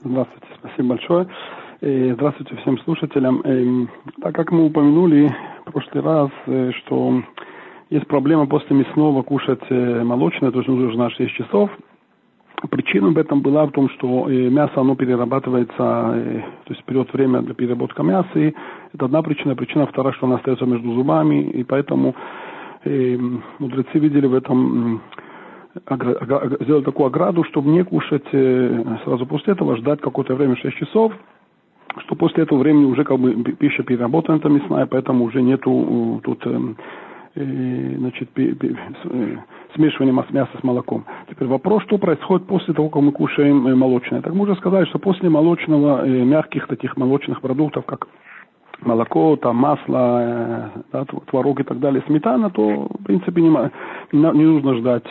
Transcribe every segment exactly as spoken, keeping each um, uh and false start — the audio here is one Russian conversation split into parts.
Здравствуйте, спасибо большое. Здравствуйте всем слушателям. Так как мы упомянули в прошлый раз, что есть проблема после мясного кушать молочное, то есть нужно ждать шесть часов. Причина в этом была в том, что мясо оно перерабатывается, то есть берет время для переработки мяса. И это одна причина. Причина вторая, что она остается между зубами, и поэтому мудрецы видели в этом, сделали такую ограду, чтобы не кушать сразу после этого, ждать какое-то время, шесть часов, что после этого времени уже как бы пища переработана, это мясная, поэтому уже нету тут значит, смешивания мяса с молоком. Теперь вопрос, что происходит после того, как мы кушаем молочное. Так мы уже сказали, что после молочного, мягких таких молочных продуктов, как молоко, там, масло, да, творог и так далее, сметана, то, в принципе, не, не нужно ждать.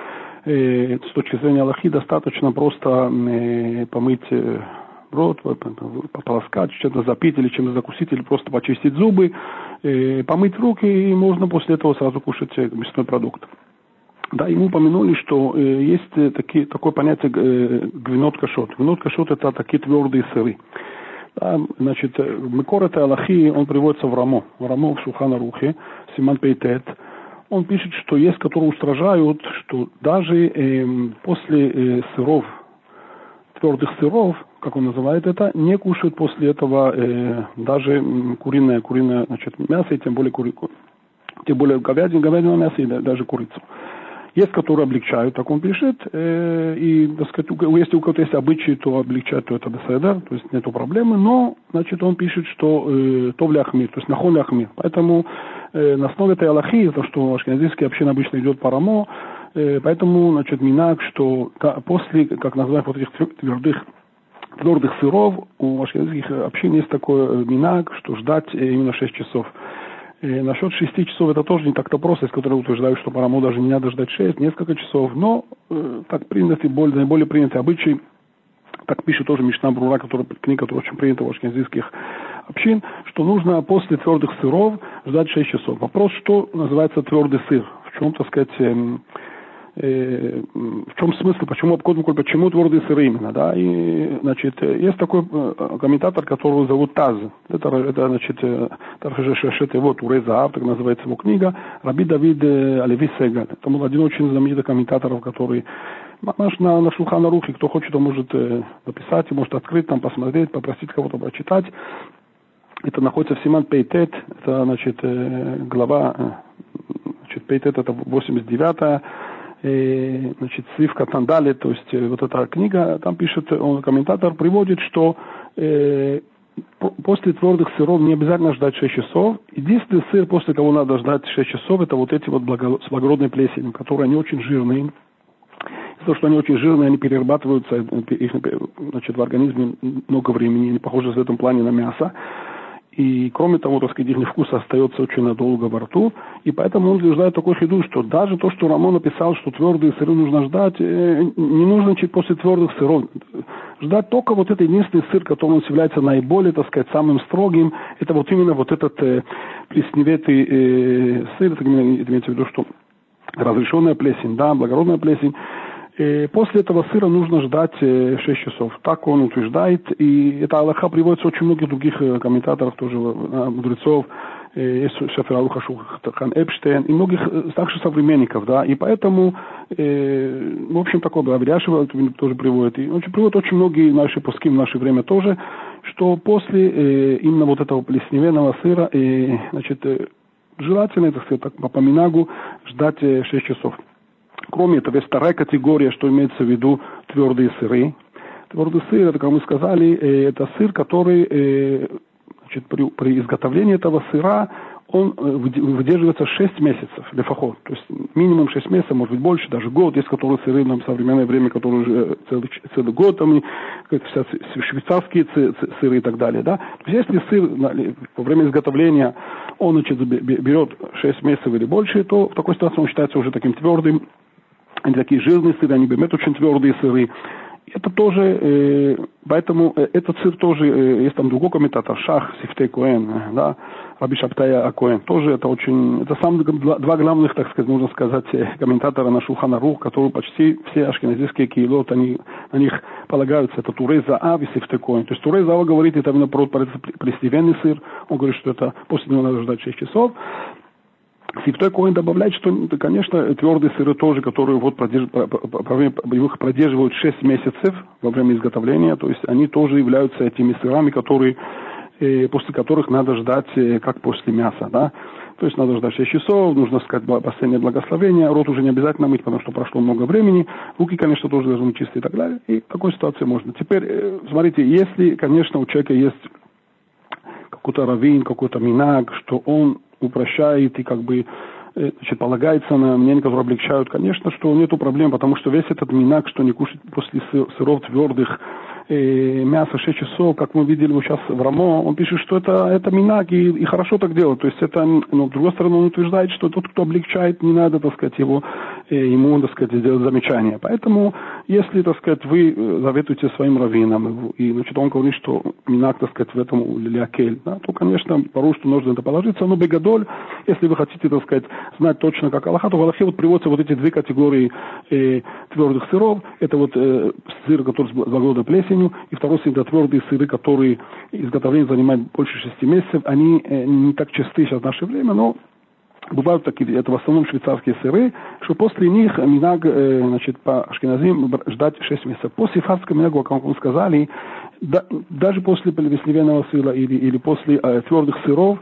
С точки зрения алахи достаточно просто помыть рот, пополоскать, чем-то запить или чем-то закусить, или просто почистить зубы, помыть руки, и можно после этого сразу кушать мясной продукт. Да, и мы упомянули, что есть такие, такое понятие гвинот кашот. Гвинот кашот — это такие твердые сыры. Да, значит, Мекор этой алахи, он приводится в Рамо, в Рамо в Шулхан Арухе, Симан Пейтет. Он пишет, что есть, которые устражают, что даже э, после э, сыров, твердых сыров, как он называет это, не кушают после этого э, даже куриное, куриное, значит, мясо, и тем более, кури, тем более говядина, говядиное мясо и даже курицу. Есть, которые облегчают, так он пишет, э, и, так сказать, если у кого-то есть обычаи, то облегчать, то это беседа, то есть нету проблемы, но, значит, он пишет, что э, то в ляхмир, то есть нахон ляхмир. Поэтому э, на основе этой алахи, то, что ашкеназийская община обычно идет по Рамо, э, поэтому, значит, минак, что после, как называют вот этих твердых, твердых сыров, у ашкеназийских общин есть такой минак, что ждать именно шесть часов. И насчет шести часов это тоже не так-то просто, из которых утверждают, что по Рамо даже не надо ждать шесть, несколько часов, но э, так принятый, более, наиболее принятый обычай, так пишет тоже Мишна Брура, который, книга, которая очень принята в ашкеназийских общин, что нужно после твердых сыров ждать шесть часов. Вопрос, что называется твердый сыр, в чем, так сказать, э, э, в чем смысл, почему, почему твердые сыры именно, да, и, значит, есть такой комментатор, которого зовут Таз, это, это значит, это вот Урезаав, так называется его книга, Раби Давид Алеви Сегаль, это был один очень знаменитый комментатор, который наш на, на Шулхан Арухе, кто хочет, он может э, написать, может открыть, там посмотреть, попросить кого-то прочитать. Это находится в Симан Пейтет, это, значит, э, глава, э, значит, Пейтет это восемьдесят девятая, э, значит, Сивка Тандали, то есть э, вот эта книга, там пишет, он, комментатор приводит, что э, после твердых сыров не обязательно ждать шесть часов. Единственный сыр, после кого надо ждать шесть часов, это вот эти вот благо, с благородной плесенью, которые они очень жирные. Из-за того, что они очень жирные, они перерабатываются, их, значит, в организме много времени, они похожи в этом плане на мясо. И кроме того, так сказать, их вкус остается очень надолго во рту. И поэтому он утверждает такой хиду, что даже то, что Рамо написал, что твердые сыры нужно ждать, не нужно чуть после твердых сыров. Ждать только вот этот единственный сыр, который является наиболее, так сказать, самым строгим. Это вот именно вот этот э, плесневатый э, сыр, это имеется в виду, что разрешенная плесень, да, благородная плесень. И после этого сыра нужно ждать шесть часов. Так он утверждает. И эта алаха приводится очень многих других комментаторов, тоже мудрецов. Есть Шефер Алуха Шулхан Эпштейн и многих также современников. Да. И поэтому, э, в общем, такое было. Авиашева тоже приводит. И очень, приводят очень многие наши пуски в наше время тоже, что после э, именно вот этого плесневенного сыра, э, значит, э, желательно, так сказать, по поминагу ждать э, шесть часов. Кроме этого, есть вторая категория, что имеется в виду твердые сыры. Твердый сыр, это, как мы сказали, это сыр, который, значит, при, при изготовлении этого сыра, он выдерживается шесть месяцев, лефахот. То есть минимум шесть месяцев, может быть больше, даже год. Есть которые сыры нам в современное время, которые уже целый, целый год, там, швейцарские сыры и так далее. Да? То есть если сыр во время изготовления, он, значит, берет шесть месяцев или больше, то в такой ситуации он считается уже таким твердым. Они такие жирные сыры, они бемет очень твердые сыры. Это тоже, э, поэтому э, этот сыр тоже, э, есть там другой комментатор, Шах Сифтей Коэн, э, да, Раби Шаптая Акоэн, тоже это очень, это самые два, два главных, так сказать, можно сказать, комментатора на Шулхан Арух, которые почти все ашкеназийские кейлот, они, на них полагаются, это Турей Заав и Сифтей Коэн. То есть Турей Заав говорит, это именно про плесневенный сыр, он говорит, что это после него надо ждать шесть часов. Сифтей Коэн добавляет, что, конечно, твердые сыры тоже, которые вот их продерживают шесть месяцев во время изготовления, то есть они тоже являются этими сырами, которые, э, после которых надо ждать, э, как после мяса, да. То есть надо ждать шесть часов, нужно сказать последнее благословение, рот уже не обязательно мыть, потому что прошло много времени, руки, конечно, тоже должны быть чистые и так далее, и в такой ситуации можно. Теперь, э, смотрите, если, конечно, у человека есть какой-то раввин, какой-то минаг, что он упрощает и как бы, значит, полагается на мнения, которые облегчают, конечно, что нету проблем, потому что весь этот минаг, что не кушать после сыров твердых, э, мясо шесть часов, как мы видели сейчас в Рамо, он пишет, что это, это минаг, и, и хорошо так делать. То есть это, но с другой стороны, он утверждает, что тот, кто облегчает, не надо, так сказать, его, э, ему, так сказать, сделать замечание. Поэтому, если, так сказать, вы заветуете своим раввинам, и, значит, он говорит, что минаг, так сказать, в этом лякель, да, то, конечно, порой, что нужно это положиться, но бегадоль, если вы хотите, так сказать, знать точно, как Аллаха, то в Аллахе вот приводятся вот эти две категории э, твердых сыров. Это вот э, сыр, который с благородной плесенью, и второй сыр, это твердые сыры, которые изготовление занимает больше шести месяцев. Они э, не так часты сейчас в наше время, но бывают такие, это в основном швейцарские сыры, что после них минаг, э, значит, по ашкеназим ждать шесть месяцев. После сефардского минага, как мы сказали, да, даже после плесневенного сыра или, или после э, твердых сыров,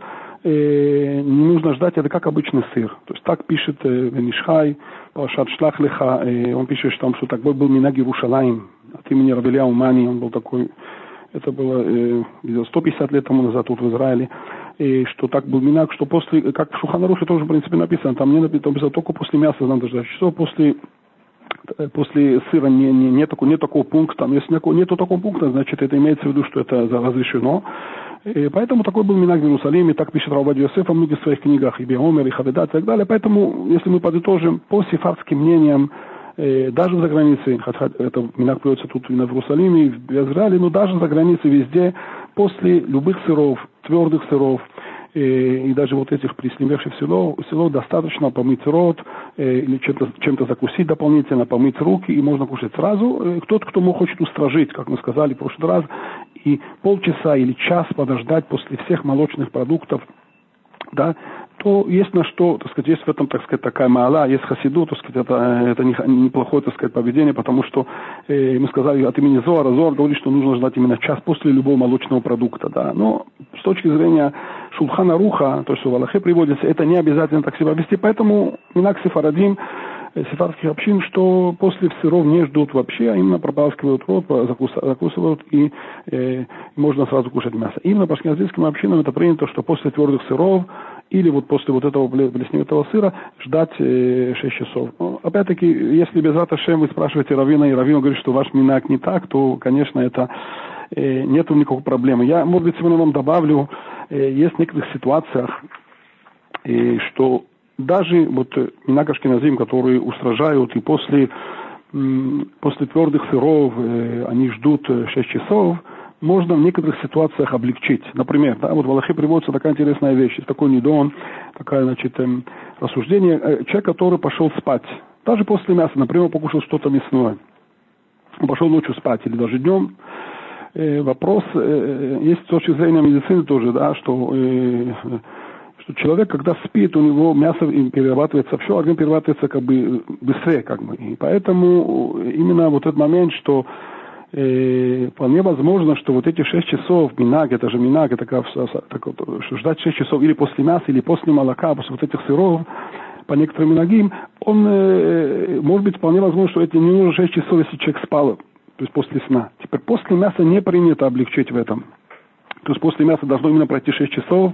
Э, не нужно ждать, это как обычный сыр. То есть так пишет Венишхай, Палашат Шлах Леха, э, он пишет, что там, что такой был минаг Иерушалаим, от имени Рабби Элияу Мани, он был такой, это было э, сто пятьдесят лет тому назад тут в Израиле, и что так был минаг, что после, как в Шулхан Арух тоже в принципе написано, там не написано, только после мяса надо ждать часов, после после сыра не, не, не, такого, не такого пункта, если нету такого пункта, значит это имеется в виду, что это разрешено. И поэтому такой был минаг в Иерусалиме, так пишет Рав Овадия Йосеф во многих своих книгах, и Биомер, и Хаведат, и так далее. Поэтому, если мы подытожим, по сефардским мнениям, э, даже за границей, хотя это минаг приводится тут и в Иерусалиме, и в Израиле, но даже за границей везде, после любых сыров, твердых сыров, и даже вот этих плесневевших сыров, сыров достаточно помыть рот, или чем-то, чем-то закусить дополнительно, помыть руки, и можно кушать сразу. Тот, кто хочет устражить, как мы сказали в прошлый раз, и полчаса или час подождать после всех молочных продуктов, да, то есть на что, так сказать, есть в этом, так сказать, такая маала, есть хасиду, так сказать, это, это неплохое, так сказать, поведение, потому что э, мы сказали от имени Зоара, Зоар говорит, что нужно ждать именно час после любого молочного продукта, да, но с точки зрения Шулхан Аруха, то, что в Аллахе приводится, это не обязательно так себя вести, поэтому минаг сефарадим, сефардских общин, что после сыров не ждут вообще, а именно прополаскивают рот, закусывают и э, можно сразу кушать мясо. Именно по ашкеназийским общинам это принято, что после твердых сыров или вот после вот этого плесневого сыра ждать э, шесть часов. Но, опять-таки, если без Раташем вы спрашиваете раввина, и раввин говорит, что ваш минаг не так, то, конечно, это э, нету никакой проблемы. Я, может быть, сегодня вам добавлю, э, есть в некоторых ситуациях, э, что даже вот минаг ашкеназим, которые устражают, и после, после твердых сыров э, они ждут шесть часов, можно в некоторых ситуациях облегчить. Например, да, вот в Аллахе приводится такая интересная вещь, есть такой нидон, такое, значит, эм, рассуждение. Э, человек, который пошел спать, даже после мяса, например, покушал что-то мясное, он пошел ночью спать или даже днем, э, вопрос, э, есть с точки зрения медицины тоже, да, что... Э, что человек, когда спит, у него мясо перерабатывается, все организм перерабатывается как бы быстрее, как бы. И поэтому именно вот этот момент, что э, вполне возможно, что вот эти шесть часов минаг, это же минаг, это как, что ждать шесть часов или после мяса, или после молока, после вот этих сыров, по некоторым минагим, он, э, может быть, вполне возможно, что это не нужно шесть часов, если человек спал, то есть после сна. Теперь после мяса не принято облегчить в этом. То есть после мяса должно именно пройти шесть часов,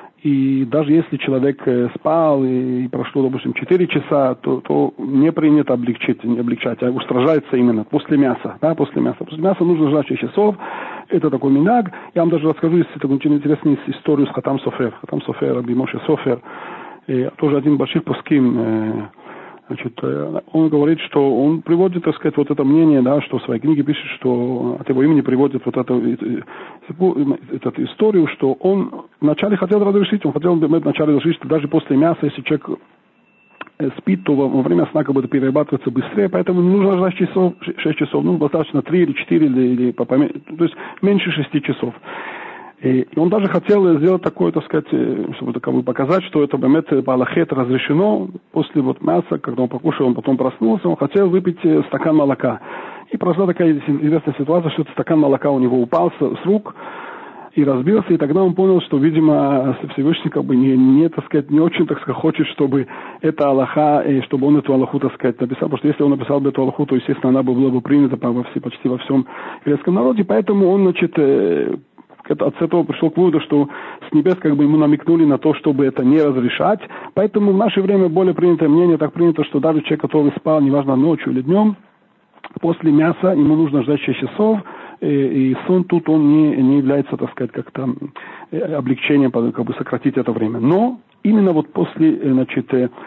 и даже если человек спал и прошло, допустим, четыре часа, то, то не принято облегчить, не облегчать, а устражается именно после мяса. Да, после мяса. После мяса нужно ждать шесть часов. Это такой минаг. Я вам даже расскажу, если такую очень интересную историю с Хатам Софер. Хатам Софер, Раби Моше Софер. И тоже один больших пуским, э, Значит, он говорит, что он приводит, так сказать, вот это мнение, да, что в своей книге пишет, что от его имени приводит вот эту, эту историю, что он вначале хотел разрешить, он хотел вначале разрешить, что даже после мяса, если человек спит, то во время сна как бы перерабатывается быстрее, поэтому не нужно ждать часов, шесть часов, ну, достаточно три или четыре, или, или, то есть меньше шести часов. И он даже хотел сделать такое, так сказать, чтобы как бы показать, что это бемет по Аллахе разрешено. После вот мяса, когда он покушал, он потом проснулся, он хотел выпить стакан молока. И произошла такая интересная ситуация, что этот стакан молока у него упал с, с рук и разбился, и тогда он понял, что, видимо, Всевышний как бы не, не, так сказать, не очень, так сказать, хочет, чтобы это Аллаха, и чтобы он эту Аллаху, так сказать, написал, потому что если он написал бы эту Аллаху, то, естественно, она бы была бы принята во все, почти во всем еврейском народе, поэтому он, значит, от этого пришел к выводу, что с небес как бы ему намекнули на то, чтобы это не разрешать. Поэтому в наше время более принятое мнение, так принято, что даже человек, который спал, неважно, ночью или днем, после мяса ему нужно ждать шесть часов, и, и сон тут он не, не является, так сказать, как-то облегчением, как бы сократить это время. Но именно вот после, значит,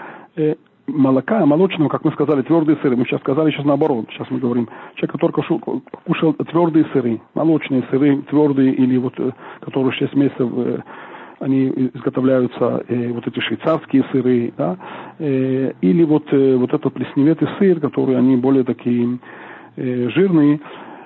молока, молочного, как мы сказали, твердые сыры. Мы сейчас сказали, сейчас наоборот. Сейчас мы говорим, человек, который кушал, кушал твердые сыры, молочные сыры, твердые, или вот, которые шесть месяцев, они изготовляются, э, вот эти швейцарские сыры, да, э, или вот, э, вот этот плесневатый сыр, которые они более такие э, жирные.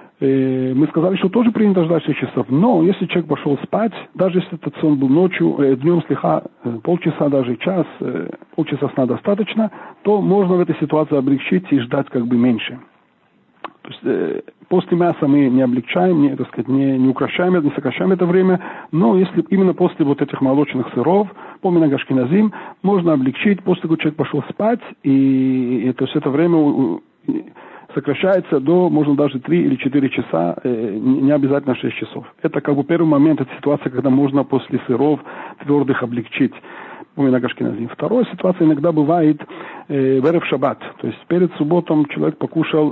Мы сказали, что тоже принято ждать шесть часов, но если человек пошел спать, даже если этот сон был ночью, э, днем слегка, э, полчаса, даже час, э, полчаса сна достаточно, то можно в этой ситуации облегчить и ждать как бы меньше. То есть э, после мяса мы не облегчаем, не, так сказать, не, не укращаем, не сокращаем это время, но если именно после вот этих молочных сыров, по минхаг ашкеназим, можно облегчить, после того, как человек пошел спать, и, и то есть это время сокращается до, можно даже три или четыре часа, э, не обязательно шесть часов. Это как бы первый момент, это ситуация, когда можно после сыров твердых облегчить. по минхаг ашкеназим. Вторая ситуация иногда бывает э, в эрев шаббат. То есть перед субботом человек покушал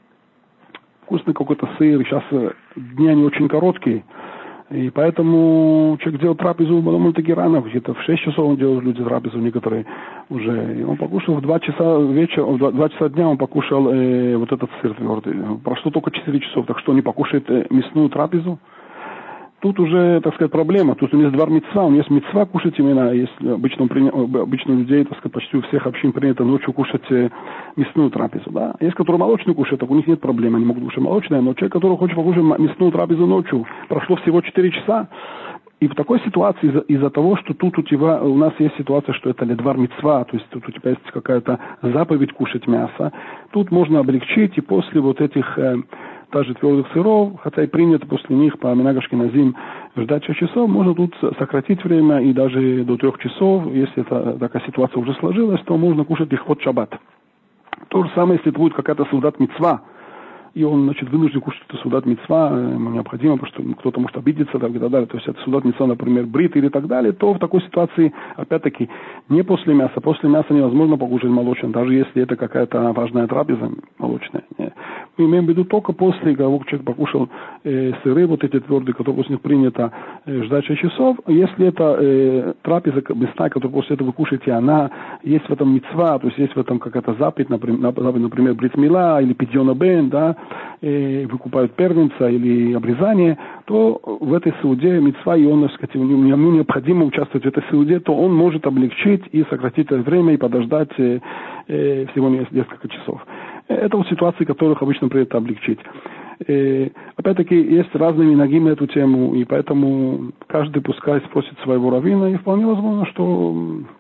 вкусный какой-то сыр, сейчас дни они очень короткие, и поэтому человек делал трапезу довольно-таки рано, где-то в шесть часов он делал люди трапезу, некоторые уже. И он покушал в два часа вечера, в два часа дня он покушал э, вот этот сыр твердый. Прошло только четыре часов, так что он не покушает э, мясную трапезу. Тут уже, так сказать, проблема. Тут у него есть двар мицва, у него есть мицва кушать именно, если обычно, обычно у людей, так сказать, почти у всех общин принято ночью кушать мясную трапезу. Да? Есть, которые молочную кушают, так у них нет проблем, они могут кушать молочное, но человек, который хочет покушать мясную трапезу ночью, прошло всего четыре часа, и в такой ситуации из-за, из-за того, что тут у тебя, у нас есть ситуация, что это ледвар мицва, то есть тут у тебя есть какая-то заповедь кушать мясо, тут можно облегчить, и после вот этих э, даже твердых сыров, хотя и принято после них по минхаг ашкеназим ждать шесть часов, можно тут сократить время и даже до трех часов, если это, такая ситуация уже сложилась, то можно кушать лихвот шаббат. То же самое, если это будет какая-то саудат мицва, и он, значит, вынужден кушать эту саудат мицва, ему необходимо, потому что кто-то может обидеться, так, и так далее, то есть это саудат мицва, например, брит или так далее, то в такой ситуации, опять-таки, не после мяса, после мяса невозможно покушать молочное, даже если это какая-то важная трапеза молочная. Нет. Мы имеем в виду только после того, как человек покушал э, сыры, вот эти твердые, которые после них принято э, ждать шесть часов, если это э, трапеза мясная, которую после этого вы кушаете, она есть в этом мицва, то есть есть в этом какая-то заповедь, например, например брит мила или пидьона бен, да, выкупают первенца или обрезание, то в этой сауде мицва, и он, так сказать, ему необходимо участвовать в этой сауде, то он может облегчить и сократить это время и подождать э, э, всего несколько часов. Это вот ситуации, которых обычно принято облегчить. Э, опять-таки, есть разные минхаги на эту тему, и поэтому каждый пускай спросит своего раввина, и вполне возможно, что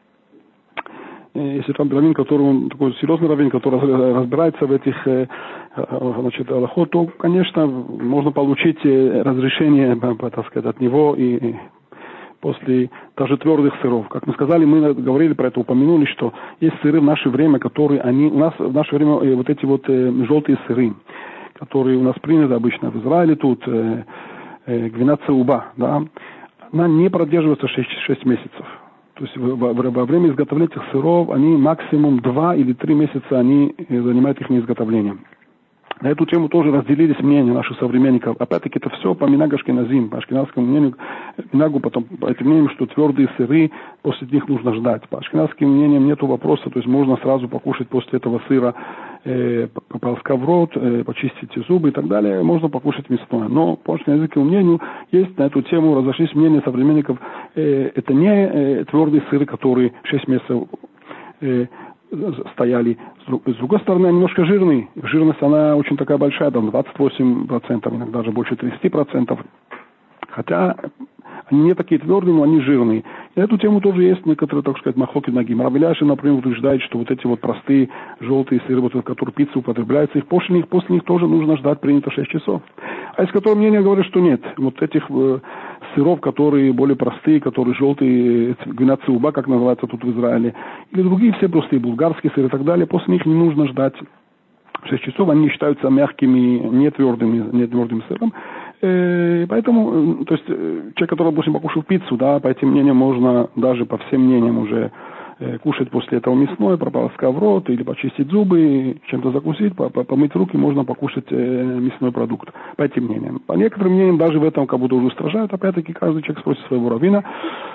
если там раввин, который он такой серьезный раввин, который разбирается в этих, значит, алахот, то, конечно, можно получить разрешение, так сказать, от него и после даже твердых сыров. Как мы сказали, мы говорили про это, упомянули, что есть сыры в наше время, которые они, у нас в наше время вот эти вот желтые сыры, которые у нас приняты обычно в Израиле тут, гвина цеуба, да, она не продерживается шесть месяцев. То есть во, во время изготовления этих сыров они максимум два или три месяца они занимают их изготовлением. На эту тему тоже разделились мнения наших современников. Опять-таки, это все по минагу ашкеназим, по ашкеназскому мнению, минагу, потом по этим мнениям, что твердые сыры, после них нужно ждать. По ашкеназским мнениям нету вопроса, то есть можно сразу покушать после этого сыра, э, пополоскав в рот, э, почистить зубы и так далее, можно покушать мясное. Но по ашкеназскому мнению есть на эту тему, разошлись мнения современников, э, это не э, твердые сыры, которые шесть месяцев э, стояли. С другой стороны, они немножко жирные. Жирность, она очень такая большая, там двадцать восемь процентов, иногда даже больше тридцать процентов. Хотя они не такие твердые, но они жирные. И на эту тему тоже есть некоторые, так сказать, махлоки нагим. Рав Эляшев, например, утверждает, что вот эти вот простые желтые сыры, вот, которые пицца употребляются, их после них, после них тоже нужно ждать принято шесть часов. А из которого мнения говорят, что нет. Вот этих э, сыров, которые более простые, которые желтые, гвинацуба, как называется тут в Израиле, или другие все простые, булгарские сыры и так далее, после них не нужно ждать шесть часов, они считаются мягкими, не твердыми, не твердым сыром. Э, поэтому, то есть, человек, который, допустим, покушал пиццу, да, по этим мнениям можно даже по всем мнениям уже э, кушать после этого мясное, прополоскав в рот, или почистить зубы, чем-то закусить, помыть руки, можно покушать э, мясной продукт, по этим мнениям. По некоторым мнениям даже в этом как будто уже устражают, опять-таки каждый человек спросит своего раввина.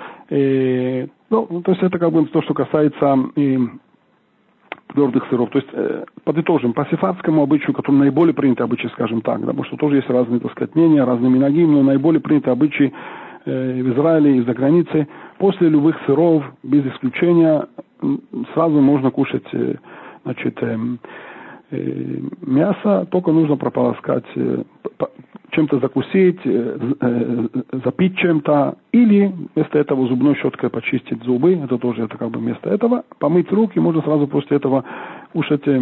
Э, ну, то есть это как бы то, что касается э, твердых сыров. То есть, э, подытожим, по сефардскому обычаю, который наиболее принятый обычай, скажем так, да, потому что тоже есть разные, так сказать, мнения, разные минаги, но наиболее принятый обычай э, в Израиле и за границей, после любых сыров, без исключения, сразу можно кушать э, значит, э, э, мясо, только нужно прополоскать, э, чем-то закусить, э, э, запить чем-то, или вместо этого зубной щеткой почистить зубы, это тоже это как бы вместо этого, помыть руки, можно сразу после этого кушать э,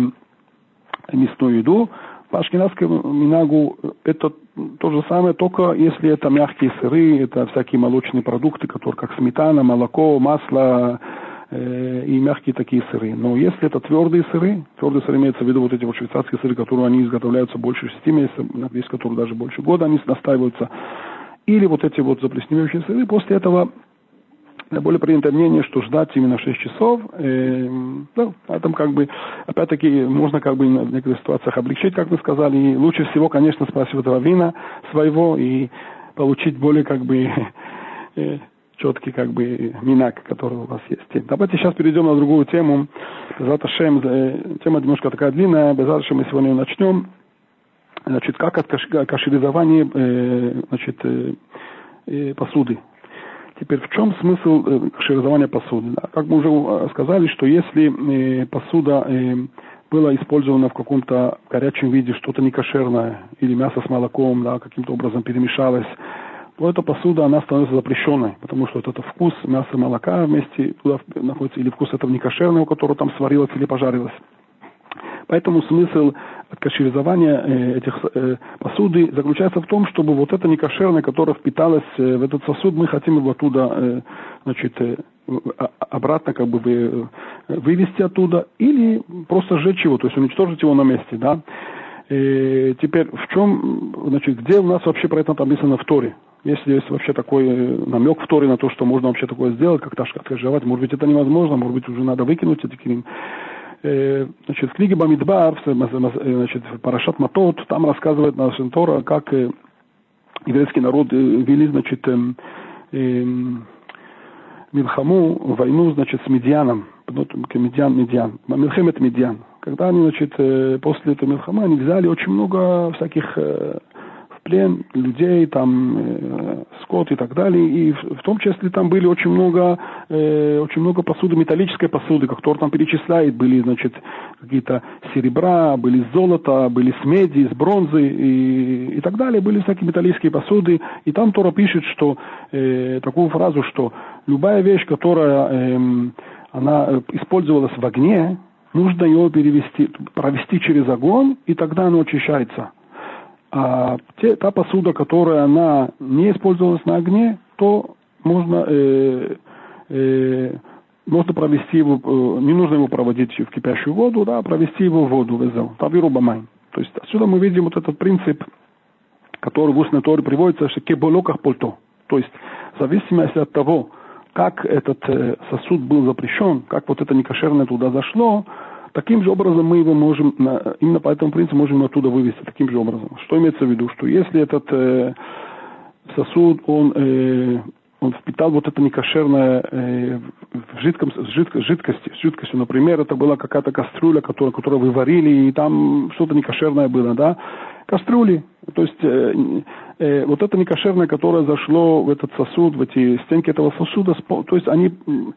мясную еду. По ашкеназскому минагу это то же самое, только если это мягкие сыры, это всякие молочные продукты, которые как сметана, молоко, масло э, и мягкие такие сыры. Но если это твердые сыры, твердые сыры имеется в виду вот эти вот швейцарские сыры, которые они изготовляются больше шести месяцев, есть которые даже больше года они настаиваются, или вот эти вот заплесневеющие сыры, после этого более принято мнение, что ждать именно шесть часов, э, ну, поэтому как бы, опять-таки, можно как бы в некоторых ситуациях облегчить, как вы сказали, и лучше всего, конечно, спрашивать раввина своего и получить более как бы э, четкий как бы минак, который у вас есть. Давайте сейчас перейдем на другую тему. Безат Ашем, тема немножко такая длинная, Безат Ашем мы сегодня начнем. Значит, как от кашеризования э, значит, э, посуды. Теперь, в чем смысл э, кашеризования посуды? Да? Как мы уже сказали, что если э, посуда э, была использована в каком-то горячем виде, что-то некошерное, или мясо с молоком, да, каким-то образом перемешалось, то эта посуда, она становится запрещенной, потому что вот это вкус мяса и молока вместе туда находится, или вкус этого некошерного, которое там сварилось или пожарилось. Поэтому смысл кашеризования э, этих э, посуды заключается в том, чтобы вот это некошерное, которое впиталось э, в этот сосуд, мы хотим его оттуда э, значит, э, обратно как бы вы, вывести оттуда или просто сжечь его, то есть уничтожить его на месте. Да? И теперь в чем, значит, где у нас вообще про это написано в Торе? Если есть вообще такой намек в Торе на то, что можно вообще такое сделать, как-то откашировать, может быть, это невозможно, может быть, уже надо выкинуть эти килим. Значит, в книге Бамидбар, значит, в Парашат Матот, там рассказывает наша Тора, как еврейский народ вели, значит, Милхаму, войну, значит, с Медианом, Медиан, Медиан, Милхемет Медиан. Когда они, значит, после этого Милхама, они взяли очень много всяких плен людей, там, э, скот и так далее, и в, в том числе там были очень много, э, очень много посуды, металлической посуды, которую там перечисляет, были, значит, какие-то серебра, были золота, были с меди, с бронзы и, и так далее, были всякие металлические посуды, и там Тора пишет, что, э, такую фразу, что любая вещь, которая, э, она использовалась в огне, нужно ее перевести, провести через огонь, и тогда она очищается. А те, та посуда, которая она не использовалась на огне, то можно, э, э, можно провести его, э, не нужно его проводить в кипящую воду, да, провести его в воду, везел, тавиру бамай. То есть отсюда мы видим вот этот принцип, который в устной Торе приводится, что кеболоках польто. То есть в зависимости от того, как этот э, сосуд был запрещен, как вот это некошерное туда зашло, таким же образом мы его можем, именно по этому принципу можем оттуда вывести, таким же образом. Что имеется в виду? Что если этот э, сосуд, он, э, он впитал вот это некошерное э, в жидком, жидко, жидкости, жидкостью, например, это была какая-то кастрюля, которую, которую вы варили, и там что-то некошерное было, да, кастрюли, то есть э, э, вот это некошерное, которое зашло в этот сосуд, в эти стенки этого сосуда, то есть они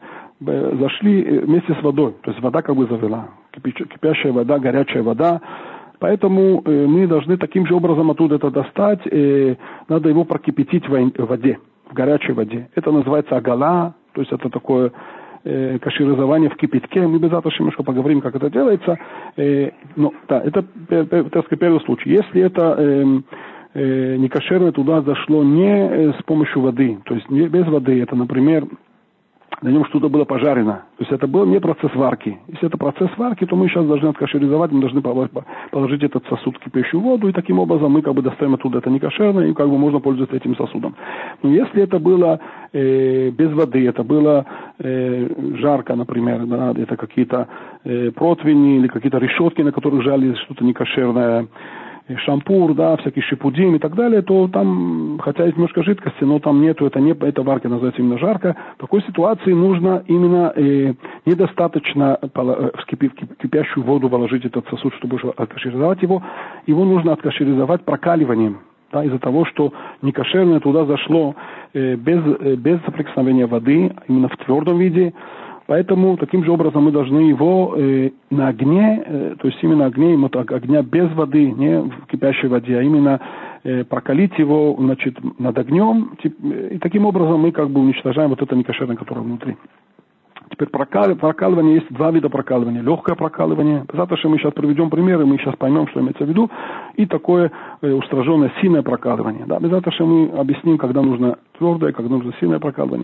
э, зашли вместе с водой, то есть вода как бы завела, кипящая вода, горячая вода, поэтому э, мы должны таким же образом оттуда это достать, э, надо его прокипятить в воде, в горячей воде. Это называется агала, то есть это такое э, каширизование в кипятке. Мы без этого немножко поговорим, как это делается. Э, но, да, это, так сказать, первый случай. Если это э, э, некошерное туда зашло не с помощью воды, то есть не без воды, это, например, на нем что-то было пожарено. То есть это был не процесс варки. Если это процесс варки, то мы сейчас должны откашеризовать, мы должны положить этот сосуд в кипящую воду, и таким образом мы как бы достаем оттуда это некошерное, и как бы можно пользоваться этим сосудом. Но если это было э, без воды, это было э, жарко, например, да, это какие-то э, противни или какие-то решетки, на которых жали что-то некошерное, шампур, да, всякие шипудим и так далее, то там, хотя есть немножко жидкости, но там нету, это не, это варка называется именно жарко. В такой ситуации нужно именно э, недостаточно в кипящую воду положить этот сосуд, чтобы откашеризовать его. Его нужно откашеризовать прокаливанием, да, из-за того, что некошерное туда зашло э, без, э, без соприкосновения воды, именно в твердом виде. Поэтому таким же образом мы должны его э, на огне, э, то есть именно огне, огня без воды, не в кипящей воде, а именно э, прокалить его, значит, над огнем, и таким образом мы как бы уничтожаем вот это некошерное, которое внутри. Теперь прокал, прокалывание, есть два вида прокалывания. Легкое прокалывание, завтра мы сейчас приведем примеры, мы сейчас поймем, что имеется в виду, и такое э, устраженное сильное прокалывание. Да, завтра мы объясним, когда нужно твердое, когда нужно сильное прокалывание.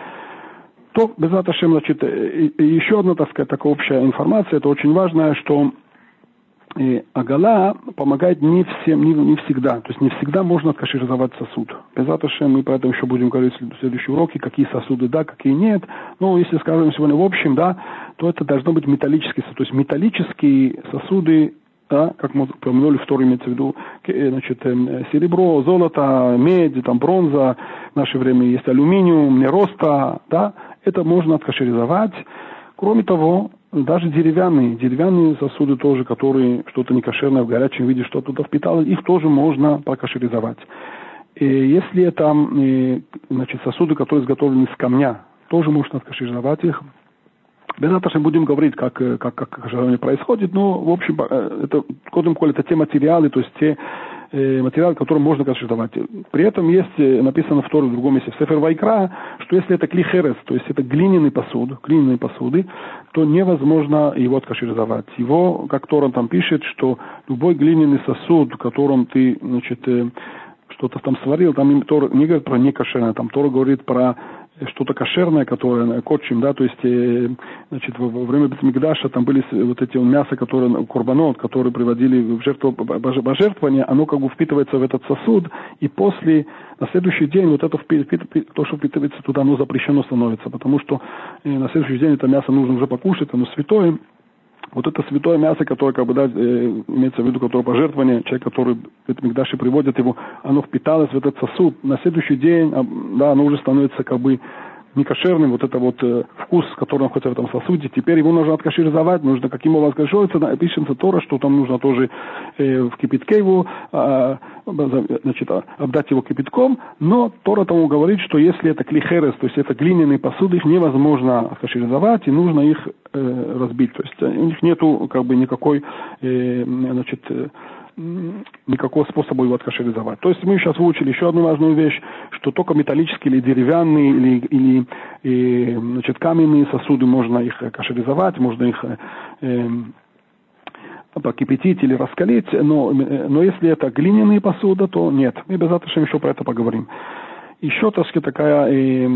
То, без Аташем, значит, еще одна, так сказать, такая общая информация, это очень важно, что э, агала помогает не всем, не, не всегда, то есть не всегда можно откашеризовать сосуд. Без Аташем мы поэтому еще будем говорить в следующем уроке, какие сосуды да, какие нет. Но если скажем сегодня в общем, да, то это должно быть металлические сосуды, то есть металлические сосуды, да, как мы упомянули, второй имеется в виду, значит, серебро, золото, медь, там, бронза, в наше время есть алюминиум, нероста, да, это можно откашеризовать. Кроме того, даже деревянные, деревянные сосуды тоже, которые что-то некошерное в горячем виде, что-то туда впитало, их тоже можно прокашеризовать. И если это, значит, сосуды, которые изготовлены из камня, тоже можно откашеризовать их. Без этого будем говорить, как, как, как каширование происходит, но, в общем, это, это те материалы, то есть те э, материалы, которые можно кашировать. При этом есть написано в Торе, в другом месте, в Сефер Вайкра, что если это клихерес, то есть это глиняный посуд, глиняные посуды, то невозможно его откашировать. Его, как Тора там пишет, что любой глиняный сосуд, в котором ты, значит, э, что-то там сварил, там Тора не говорит про некошерное, там Тора говорит про что-то кошерное, которое кочим, да, то есть, э, значит, во, во время Бет-Микдаша там были вот эти мясо, которые, курбанот, которые приводили в жертву божертвования, оно как бы впитывается в этот сосуд, и после, на следующий день вот это, то, что впитывается туда, оно запрещено становится, потому что э, на следующий день это мясо нужно уже покушать, оно святое. Вот это святое мясо, которое, как бы, да, э, имеется в виду, которое пожертвование, человек, который в Бет-Микдаше приводит его, оно впиталось в этот сосуд. На следующий день, да, оно уже становится, как бы, некошерным, вот это вот э, вкус, который находится в этом сосуде. Теперь его нужно откашеризовать, нужно каким образом откашеризоваться, да, пишется Тора, что там нужно тоже э, в кипятке его, э, значит, обдать его кипятком, но Тора тому говорит, что если это клихерес, то есть это глиняные посуды, их невозможно откашеризовать, и нужно их э, разбить, то есть у них нету, как бы, никакой, э, значит, э, никакого способа его откашеризовать. То есть мы сейчас выучили еще одну важную вещь, что только металлические или деревянные, или, или и, значит, каменные сосуды, можно их кашеризовать, можно их э, покипятить или раскалить, но, но если это глиняные посуды, то нет. Мы без этого еще про это поговорим. Еще, так сказать, такая э,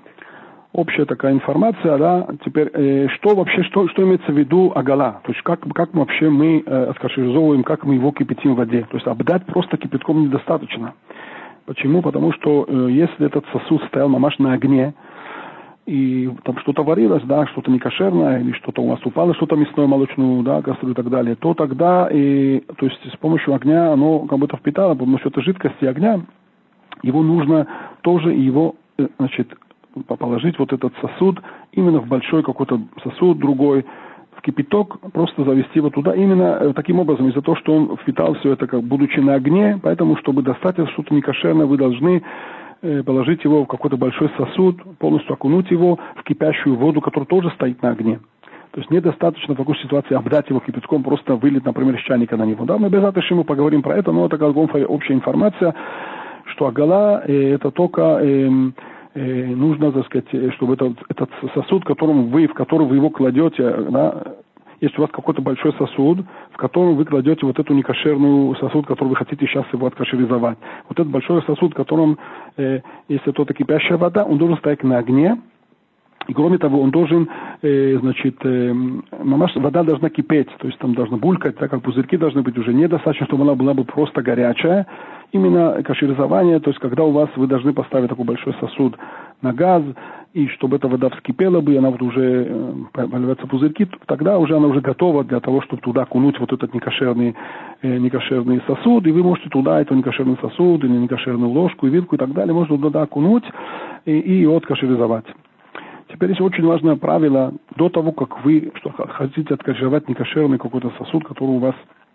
общая такая информация, да, теперь, э, что вообще, что, что имеется в виду агала, то есть как, как вообще мы э, откашеризовываем, как мы его кипятим в воде, то есть обдать просто кипятком недостаточно. Почему? Потому что э, если этот сосуд стоял мамаш на огне, и там что-то варилось, да, что-то некошерное, или что-то у вас упало, что-то мясное, молочную, да, кастрюлю и так далее, то тогда, и, то есть с помощью огня оно как будто впитало, потому что это жидкость и огня, его нужно тоже его, значит, положить вот этот сосуд именно в большой какой-то сосуд, другой, в кипяток, просто завести его туда, именно таким образом, из-за того, что он впитал все это, как будучи на огне, поэтому, чтобы достать что-то некошерное, вы должны положить его в какой-то большой сосуд, полностью окунуть его в кипящую воду, которая тоже стоит на огне. То есть недостаточно в такой ситуации обдать его кипятком, просто вылить, например, из чайника на него. Да, мы без этого мы поговорим про это, но это как бы общая информация, что агала э, это только э, э, нужно, так сказать, чтобы этот, этот сосуд, которым вы, в который вы его кладете, да, есть у вас какой-то большой сосуд, в котором вы кладете вот эту некошерную сосуд, который вы хотите сейчас его откошеризовать. Вот этот большой сосуд, в котором, э, если это кипящая вода, он должен стоять на огне. И кроме того, он должен, э, значит, э, вода должна кипеть, то есть там должна булькать, так как пузырьки должны быть уже недостаточно, чтобы она была бы просто горячая. Именно кашеризование, то есть когда у вас, вы должны поставить такой большой сосуд на газ, и чтобы эта вода вскипела бы, и она вот уже э, появляются пузырьки, тогда уже она уже готова для того, чтобы туда окунуть вот этот некошерный, э, некошерный сосуд, и вы можете туда этот некошерный сосуд, или некошерную ложку, и вилку и так далее, можно туда окунуть и, и его откашеризовать. Теперь есть очень важное правило, до того, как вы что, хотите откашировать некошерный какой-то сосуд, который у вас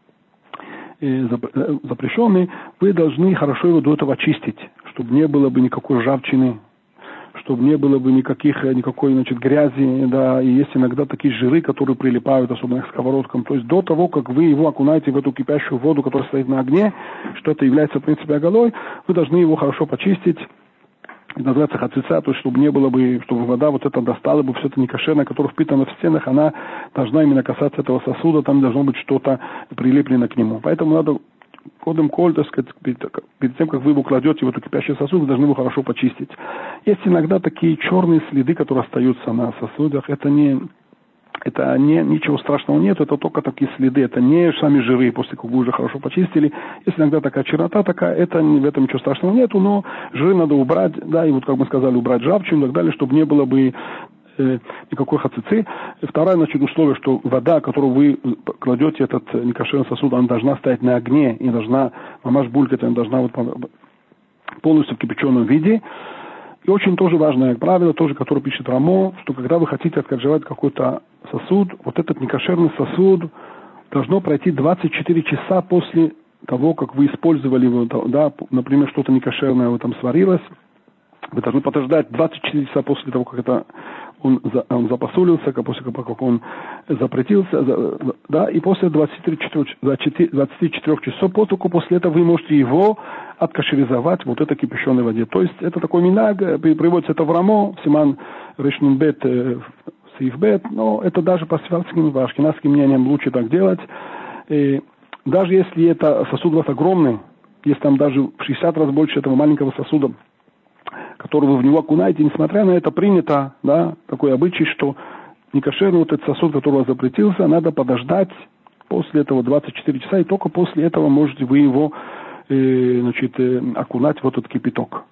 э, запрещенный, вы должны хорошо его до этого очистить, чтобы не было бы никакой ржавчины, чтобы не было бы никаких, никакой, значит, грязи, да, и есть иногда такие жиры, которые прилипают, особенно к сковородкам. То есть до того, как вы его окунаете в эту кипящую воду, которая стоит на огне, что это является, в принципе, оголой, вы должны его хорошо почистить. Это называется хацица, то есть чтобы не было бы, чтобы вода вот это достала бы, все это некошерное, которое впитано в стенах, она должна именно касаться этого сосуда, там должно быть что-то прилеплено к нему. Поэтому надо кодом коль, так сказать, перед, перед тем, как вы его кладете в эту кипящий сосуд, вы должны его хорошо почистить. Есть иногда такие черные следы, которые остаются на сосудах, это не... Это не, ничего страшного нет, это только такие следы, это не сами жиры, после как вы уже хорошо почистили. Если иногда такая чернота такая, это, в этом ничего страшного нету, но жиры надо убрать, да, и вот как мы сказали, убрать ржавчину и так далее, чтобы не было бы э, никакой хацицы. Второе, значит, условие, что вода, которую вы кладете, этот некошерный сосуд, она должна стоять на огне, и должна, мамаш булькать, она должна вот полностью в кипяченом виде. И очень тоже важное правило, тоже, которое пишет Рамо, что когда вы хотите откашировать какой-то сосуд, вот этот некошерный сосуд должно пройти двадцать четыре часа после того, как вы использовали его, да, например, что-то некошерное в этом сварилось. Вы должны подождать двадцать четыре часа после того, как это он, он запосулился, после того, как он запретился, да, и после двадцати четырёх часов, только после этого вы можете его откашеризовать вот этой кипяченой воде. То есть это такой минаг, приводится это в Рамо, Симан Решнунбет, Сейфбет, но это даже по сефардским, по ашкеназским мнениям лучше так делать. И даже если это сосуд у вас огромный, если там даже в шестьдесят раз больше этого маленького сосуда, который вы в него окунаете, несмотря на это принято, да, такой обычай, что некошерный вот этот сосуд, который у вас запретился, надо подождать после этого двадцать четыре часа, и только после этого можете вы его э, значит, э, окунать в этот кипяток.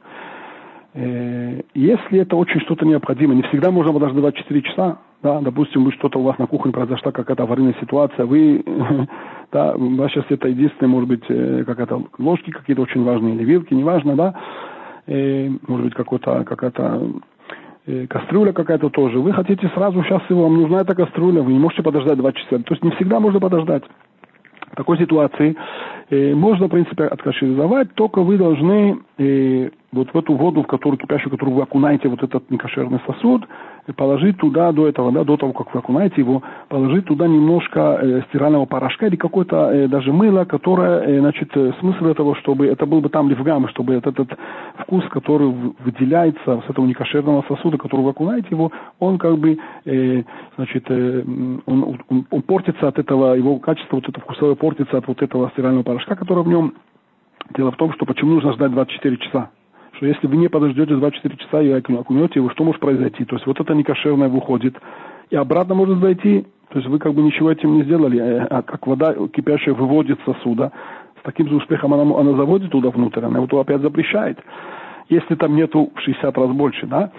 Э, если это очень что-то необходимо, не всегда можно подождать двадцать четыре часа, да, допустим, вы что-то у вас на кухне произошла, какая-то аварийная ситуация, вы, да, у вас сейчас это единственное, может быть, какая-то ложки какие-то очень важные, или вилки, неважно, да, может быть, какой-то, какая-то э, кастрюля какая-то тоже. Вы хотите сразу, сейчас его, вам нужна эта кастрюля, вы не можете подождать два часа. То есть не всегда можно подождать. В такой ситуации э, можно, в принципе, откашеризовать, только вы должны э, вот в эту воду, в которую кипящую, в которую вы окунаете вот этот некошерный сосуд, положить туда до этого, да, до того, как вы окунаете его, положить туда немножко э, стирального порошка или какое-то э, даже мыло, которое, э, значит, э, смысл этого, чтобы это был бы там лифгам, чтобы этот, этот вкус, который выделяется с этого некошерного сосуда, который вы окунаете его, он как бы, э, значит, э, он, он, он портится от этого, его качество вот это вкусовое портится от вот этого стирального порошка, который в нем. Дело в том, что почему нужно ждать двадцать четыре часа. Что если вы не подождете двадцать четыре часа и окунете его, что может произойти? То есть вот это некошерное выходит, и обратно может зайти, то есть вы как бы ничего этим не сделали, а как вода кипящая выводит сосуда, с таким же успехом она, она заводит туда внутрь, она его опять запрещает, если там нету в шестьдесят раз больше, да.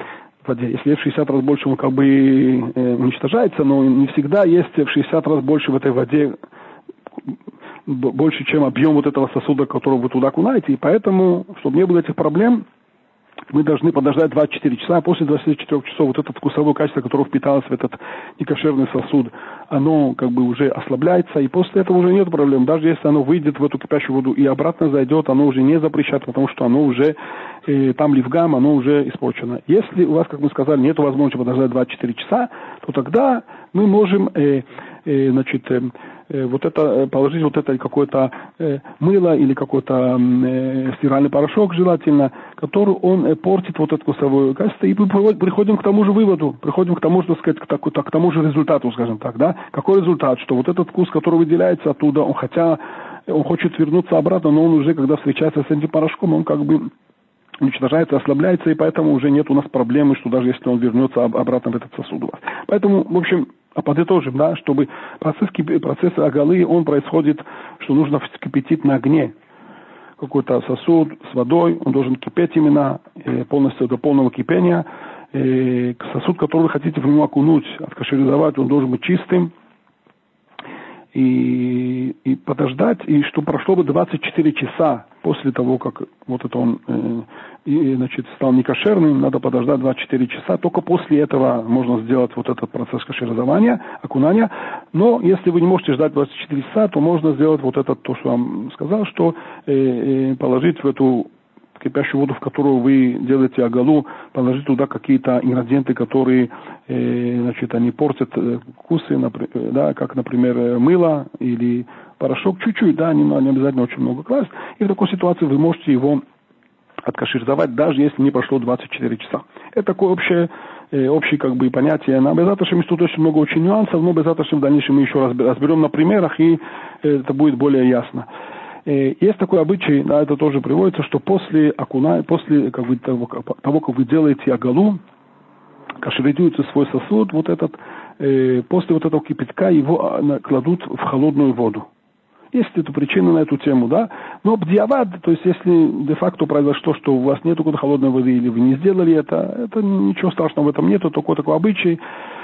в воде. Если есть в шестьдесят раз больше, он как бы э, уничтожается, но не всегда есть в шестьдесят раз больше в этой воде, больше, чем объем вот этого сосуда, который вы туда окунаете. И поэтому, чтобы не было этих проблем, мы должны подождать двадцать четыре часа, а после двадцати четырёх часов вот это вкусовое качество, которое впиталось в этот некошерный сосуд, оно как бы уже ослабляется, и после этого уже нет проблем. Даже если оно выйдет в эту кипящую воду и обратно зайдет, оно уже не запрещает, потому что оно уже, э, там ливгам, оно уже испорчено. Если у вас, как мы сказали, нет возможности подождать двадцать четыре часа, то тогда мы можем, э, э, значит, э, вот это, положить вот это какое-то э, мыло или какой-то э, стиральный порошок желательно, который он э, портит вот это вкусовое качество, и мы приходим к тому же выводу, приходим к тому, что сказать, к, так, к тому же результату, скажем так, да. Какой результат? Что вот этот вкус, который выделяется оттуда, он хотя он хочет вернуться обратно, но он уже, когда встречается с этим порошком, он как бы уничтожается, ослабляется, и поэтому уже нет у нас проблемы, что даже если он вернется обратно в этот сосуд у вас. Поэтому, в общем, подытожим, да, чтобы процесс, процесс агалы, он происходит, что нужно вскипятить на огне какой-то сосуд с водой, он должен кипеть именно полностью до полного кипения. И сосуд, который вы хотите в него окунуть, откашеризовать, он должен быть чистым. И, и подождать, и что прошло бы двадцать четыре часа после того, как вот это он э, и, значит, стал некошерным, надо подождать двадцать четыре часа. Только после этого можно сделать вот этот процесс кашеризования, окунания. Но если вы не можете ждать двадцать четыре часа, то можно сделать вот это, то, что я вам сказал, что э, э, положить в эту кипящую воду, в которую вы делаете агалу, положить туда какие-то ингредиенты, которые, э, значит, они портят э, вкусы, например, да, как, например, мыло или порошок, чуть-чуть, да, не, не обязательно очень много класть. И в такой ситуации вы можете его откашеризовать, даже если не прошло двадцать четыре часа. Это такое общее, э, общее как бы понятие. На Безат-Ашем тут очень много очень нюансов, но Безат-Ашем в дальнейшем мы еще раз разберем на примерах, и э, это будет более ясно. Есть такой обычай, да, это тоже приводится, что после окуна, после как бы, того, того, как вы делаете агалу, кашеризуете свой сосуд, вот этот, э, после вот этого кипятка его кладут в холодную воду. Есть эта причина на эту тему, да, но бдиавад, то есть если де-факто произошло, что у вас нет какой-то холодной воды или вы не сделали это, это ничего страшного в этом нет, это такой такой обычай,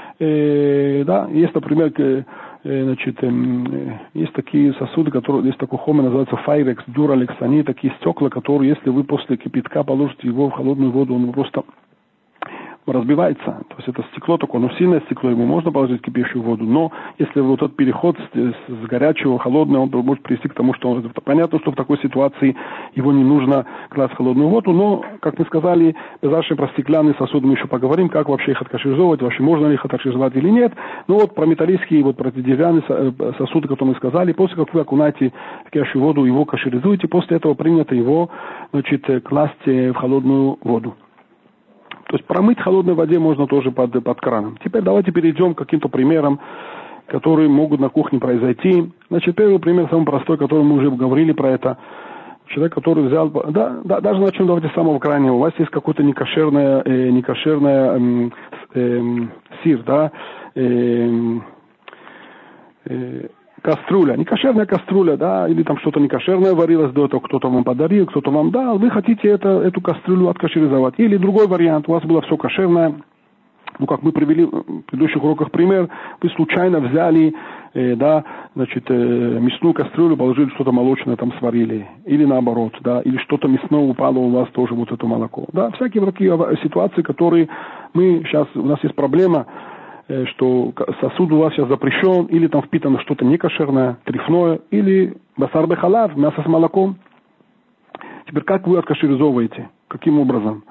э, да, есть, например, значит, есть такие сосуды, которые, есть такой хомер, называется Файрекс, Дюралекс, они такие стекла, которые, если вы после кипятка положите его в холодную воду, он просто разбивается. То есть это стекло такое, но сильное стекло, ему можно положить в кипящую воду, но если вот этот переход с, с горячего в холодное, он может привести к тому, что он, понятно, что в такой ситуации его не нужно класть в холодную воду, но, как мы сказали, дальше про стеклянные сосуды мы еще поговорим, как вообще их откашеризовывать, вообще можно ли их откашеризовать или нет. Но вот про металлические, вот про деревянные сосуды, которые мы сказали, после как вы окунаете в кипящую воду, его кашеризуете, после этого принято его, значит, класть в холодную воду. То есть промыть в холодной воде можно тоже под, под краном. Теперь давайте перейдем к каким-то примерам, которые могут на кухне произойти. Значит, первый пример самый простой, который мы уже говорили про это. Человек, который взял... Да, да, даже начнем давайте с самого крайнего. У вас есть какой-то некошерный, э, некошерный э, э, сыр, да, э, э, кастрюля, некошерная кастрюля, да, или там что-то некошерное варилось до этого, кто-то вам подарил, кто-то вам дал, вы хотите это, эту кастрюлю откашеризовать. Или другой вариант, у вас было все кошерное, ну, как мы привели в предыдущих уроках пример, вы случайно взяли, э, да, значит, э, мясную кастрюлю, положили что-то молочное, там сварили, или наоборот, да, или что-то мясное упало у вас тоже вот это молоко, да, всякие такие ситуации, которые мы сейчас, у нас есть проблема, что сосуд у вас сейчас запрещен, или там впитано что-то некошерное, трефное, или басар бехалав, мясо с молоком. Теперь как вы откашеризовываете? Каким образом?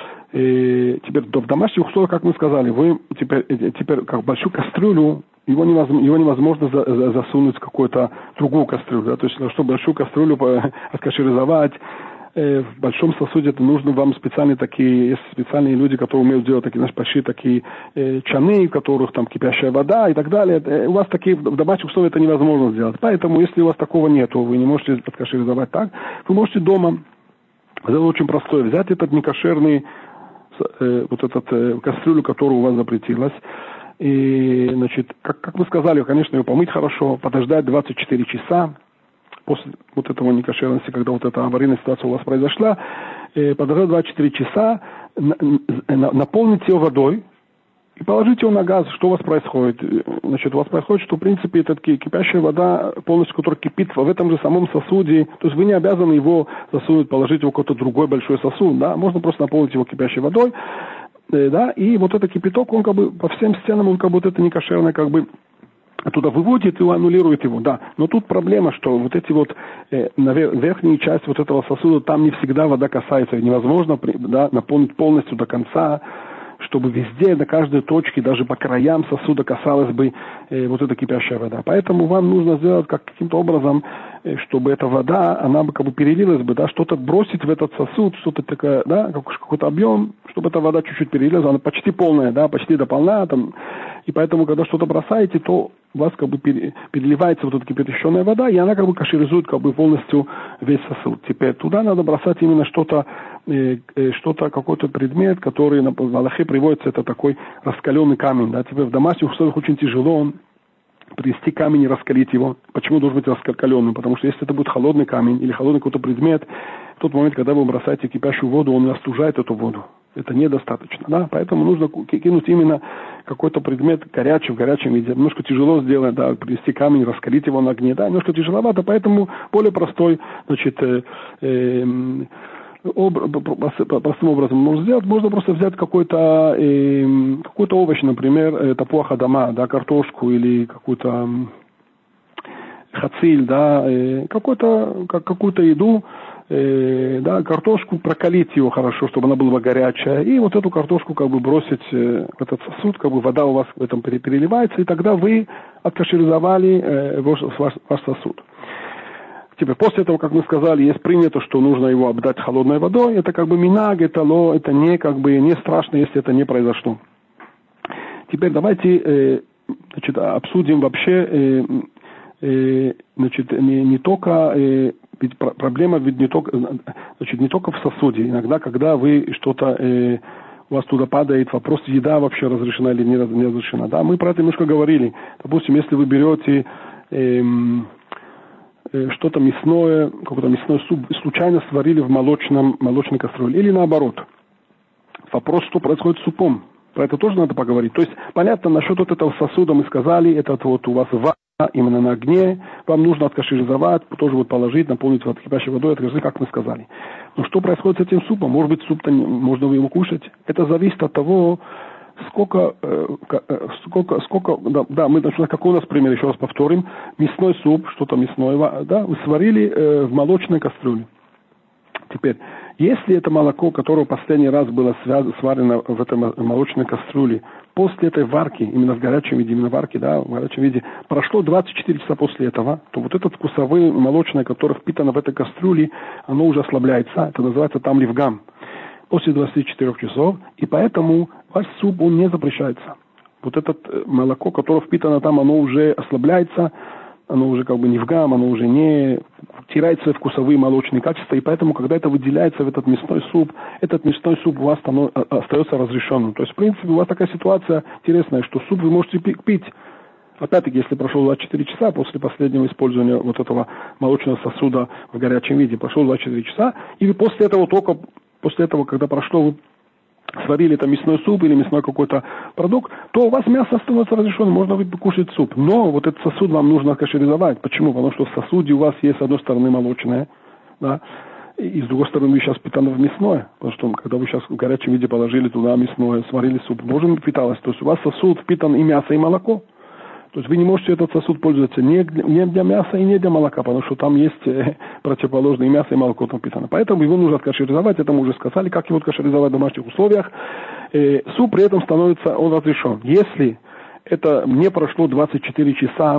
И теперь в домашних условиях, как мы сказали, вы теперь, теперь как большую кастрюлю, его невозможно, его невозможно за, за, засунуть в какую-то другую кастрюлю. Да? То есть, чтобы большую кастрюлю откашеризовать, в большом сосуде это нужно вам специальные такие, есть специальные люди, которые умеют делать такие, знаешь, большие такие э, чаны, в которых там кипящая вода и так далее. Э, у вас такие, в домашних условиях это невозможно сделать. Поэтому, если у вас такого нету, вы не можете откашеризовать так, вы можете дома, это очень простое, взять этот некошерный, э, вот этот э, кастрюлю, которая у вас запретилась, и, значит, как, как вы сказали, конечно, ее помыть хорошо, подождать двадцать четыре часа, после вот этого некошерности, когда вот эта аварийная ситуация у вас произошла, э, подождать двадцать четыре часа, на, на, наполнить его водой и положить его на газ. Что у вас происходит? Значит, у вас происходит, что, в принципе, эта кипящая вода, полностью, которая кипит в этом же самом сосуде, то есть вы не обязаны его засунуть, положить его в какой-то другой большой сосуд, да, можно просто наполнить его кипящей водой, да, и вот этот кипяток, он как бы по всем стенам, он как бы вот это некошерное, как бы оттуда выводит и аннулирует его, да. Но тут проблема, что вот эти вот э, верхние части вот этого сосуда, там не всегда вода касается, невозможно, да, наполнить полностью до конца, чтобы везде, на каждой точке, даже по краям сосуда касалась бы э, вот эта кипящая вода. Поэтому вам нужно сделать как, каким-то образом, э, чтобы эта вода, она бы как бы перелилась бы, да, что-то бросить в этот сосуд, что-то такое, да, какой-то объем, чтобы эта вода чуть-чуть перелилась, она почти полная, да, почти до полна, там, и поэтому, когда что-то бросаете, то у вас как бы переливается вот эта кипяченая вода, и она как бы кашеризует как бы полностью весь сосуд. Теперь туда надо бросать именно что-то, э, что-то, какой-то предмет, который в Аллахе приводится, это такой раскаленный камень. Да? Теперь в домашних условиях очень тяжело принести камень и раскалить его. Почему должен быть раскаленным? Потому что если это будет холодный камень или холодный какой-то предмет, в тот момент, когда вы бросаете кипящую воду, он остужает эту воду. Это недостаточно, да, поэтому нужно кинуть именно какой-то предмет горячий, в горячем виде. Немножко тяжело сделать, да, привести камень, раскалить его на огне, да, немножко тяжеловато, поэтому более простой, значит, э, э, об, простым образом можно сделать, можно просто взять какой-то, э, какой-то овощ, например, э, тапуах адама, да, картошку или какую-то хациль, да, э, какой-то, как, какую-то еду, Э, да, картошку, прокалить его хорошо, чтобы она была горячая, и вот эту картошку как бы бросить э, в этот сосуд, как бы вода у вас в этом переливается, и тогда вы откашеризовали э, ваш, ваш, ваш сосуд. Теперь, после этого, как мы сказали, есть принято, что нужно его обдать холодной водой, это как бы минаг, это ло, это не как бы не страшно, если это не произошло. Теперь давайте э, значит, обсудим вообще э, э, значит, не, не только э, ведь проблема ведь не только, значит, не только в сосуде. Иногда, когда вы что-то, э, у вас туда падает вопрос, еда вообще разрешена или не разрешена. Да, мы про это немножко говорили. Допустим, если вы берете э, э, что-то мясное, какой-то мясной суп, случайно сварили в молочном, молочной кастрюле. Или наоборот. Вопрос, что происходит с супом. Про это тоже надо поговорить. То есть, понятно, насчет вот этого сосуда мы сказали, этот вот у вас варка, именно на огне, вам нужно откашеризовать, тоже вот положить, наполнить вот кипящей водой, откашеризовать, как мы сказали. Но что происходит с этим супом? Может быть, суп-то можно его кушать? Это зависит от того, сколько, э, сколько, сколько, да, да, мы, значит, какой у нас пример, еще раз повторим, мясной суп, что-то мясное, да, вы сварили э, в молочной кастрюле. Теперь, если это молоко, которое последний раз было связано, сварено в этой молочной кастрюле, после этой варки, именно в горячем виде, именно варки, да, в горячем виде, прошло двадцать четыре часа после этого, то вот этот вкусовой молочное, которое впитано в этой кастрюле, оно уже ослабляется, это называется там ливгам, после двадцати четырёх часов, и поэтому ваш суп, он не запрещается. Вот это молоко, которое впитано там, оно уже ослабляется, оно уже как бы не в гам, оно уже не теряет свои вкусовые молочные качества, и поэтому, когда это выделяется в этот мясной суп, этот мясной суп у вас остается разрешенным. То есть, в принципе, у вас такая ситуация интересная, что суп вы можете пить. Опять-таки, если прошло двадцать четыре часа после последнего использования вот этого молочного сосуда в горячем виде, прошло двадцать четыре часа, и вы после этого только, после этого, когда прошло, вы сварили там мясной суп или мясной какой-то продукт, то у вас мясо становится разрешенным, можно вы кушать суп. Но вот этот сосуд вам нужно кашеризовать. Почему? Потому что в сосуде у вас есть с одной стороны молочное, да, и с другой стороны сейчас впитано в мясное. Потому что когда вы сейчас в горячем виде положили туда мясное, сварили суп, может впиталось. То есть у вас сосуд впитан и мясо, и молоко. То есть вы не можете этот сосуд пользоваться не для мяса и не для молока, потому что там есть противоположные мясо и молоко там впитано. Поэтому его нужно откашеризовать, это мы уже сказали, как его откашеризовать в домашних условиях. Суп при этом становится, он разрешен. Если это не прошло двадцать четыре часа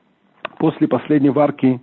после последней варки,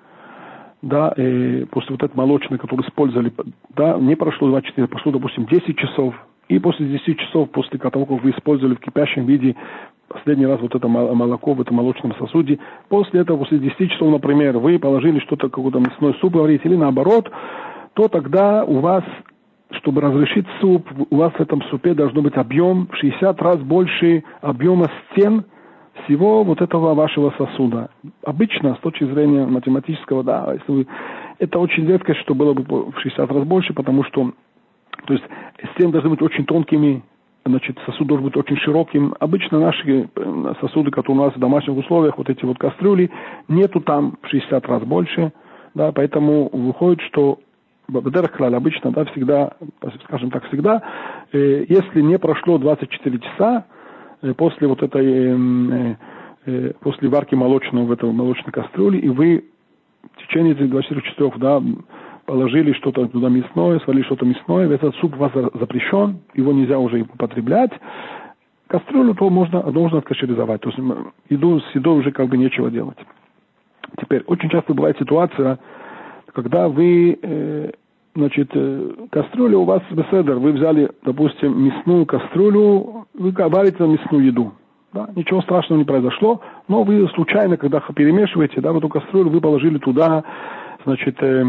да, э, после вот этой молочной, которую использовали, да, не прошло двадцать четыре, прошло, допустим, десять часов, и после десяти часов, после того, как вы использовали в кипящем виде последний раз вот это молоко в этом молочном сосуде, после этого, после десяти часов, например, вы положили что-то, какой-то мясной суп, говорите, или наоборот, то тогда у вас, чтобы разрешить суп, у вас в этом супе должно быть объем в шестьдесят раз больше объема стен всего вот этого вашего сосуда. Обычно, с точки зрения математического, да, если вы, это очень редко, что было бы в шестьдесят раз больше, потому что, то есть, стены должны быть очень тонкими, значит, сосуд должен быть очень широким. Обычно наши сосуды, которые у нас в домашних условиях, вот эти вот кастрюли, нету там в шестьдесят раз больше, да, поэтому выходит, что бадерахлаль обычно, да, всегда, скажем так, всегда, э, если не прошло двадцать четыре часа э, после вот этой, э, э, после варки молочного в этой молочной кастрюле, и вы в течение этих двадцати четырёх часов, да, положили что-то туда мясное, свалили что-то мясное, этот суп у вас запрещен, его нельзя уже употреблять, кастрюлю то можно, нужно откашеризовать, то есть еду, с едой уже как бы нечего делать. Теперь, очень часто бывает ситуация, когда вы, э, значит, э, кастрюля у вас беседер, вы взяли, допустим, мясную кастрюлю, вы варите мясную еду, да, ничего страшного не произошло, но вы случайно, когда перемешиваете, да, в эту кастрюлю, вы положили туда, значит, э,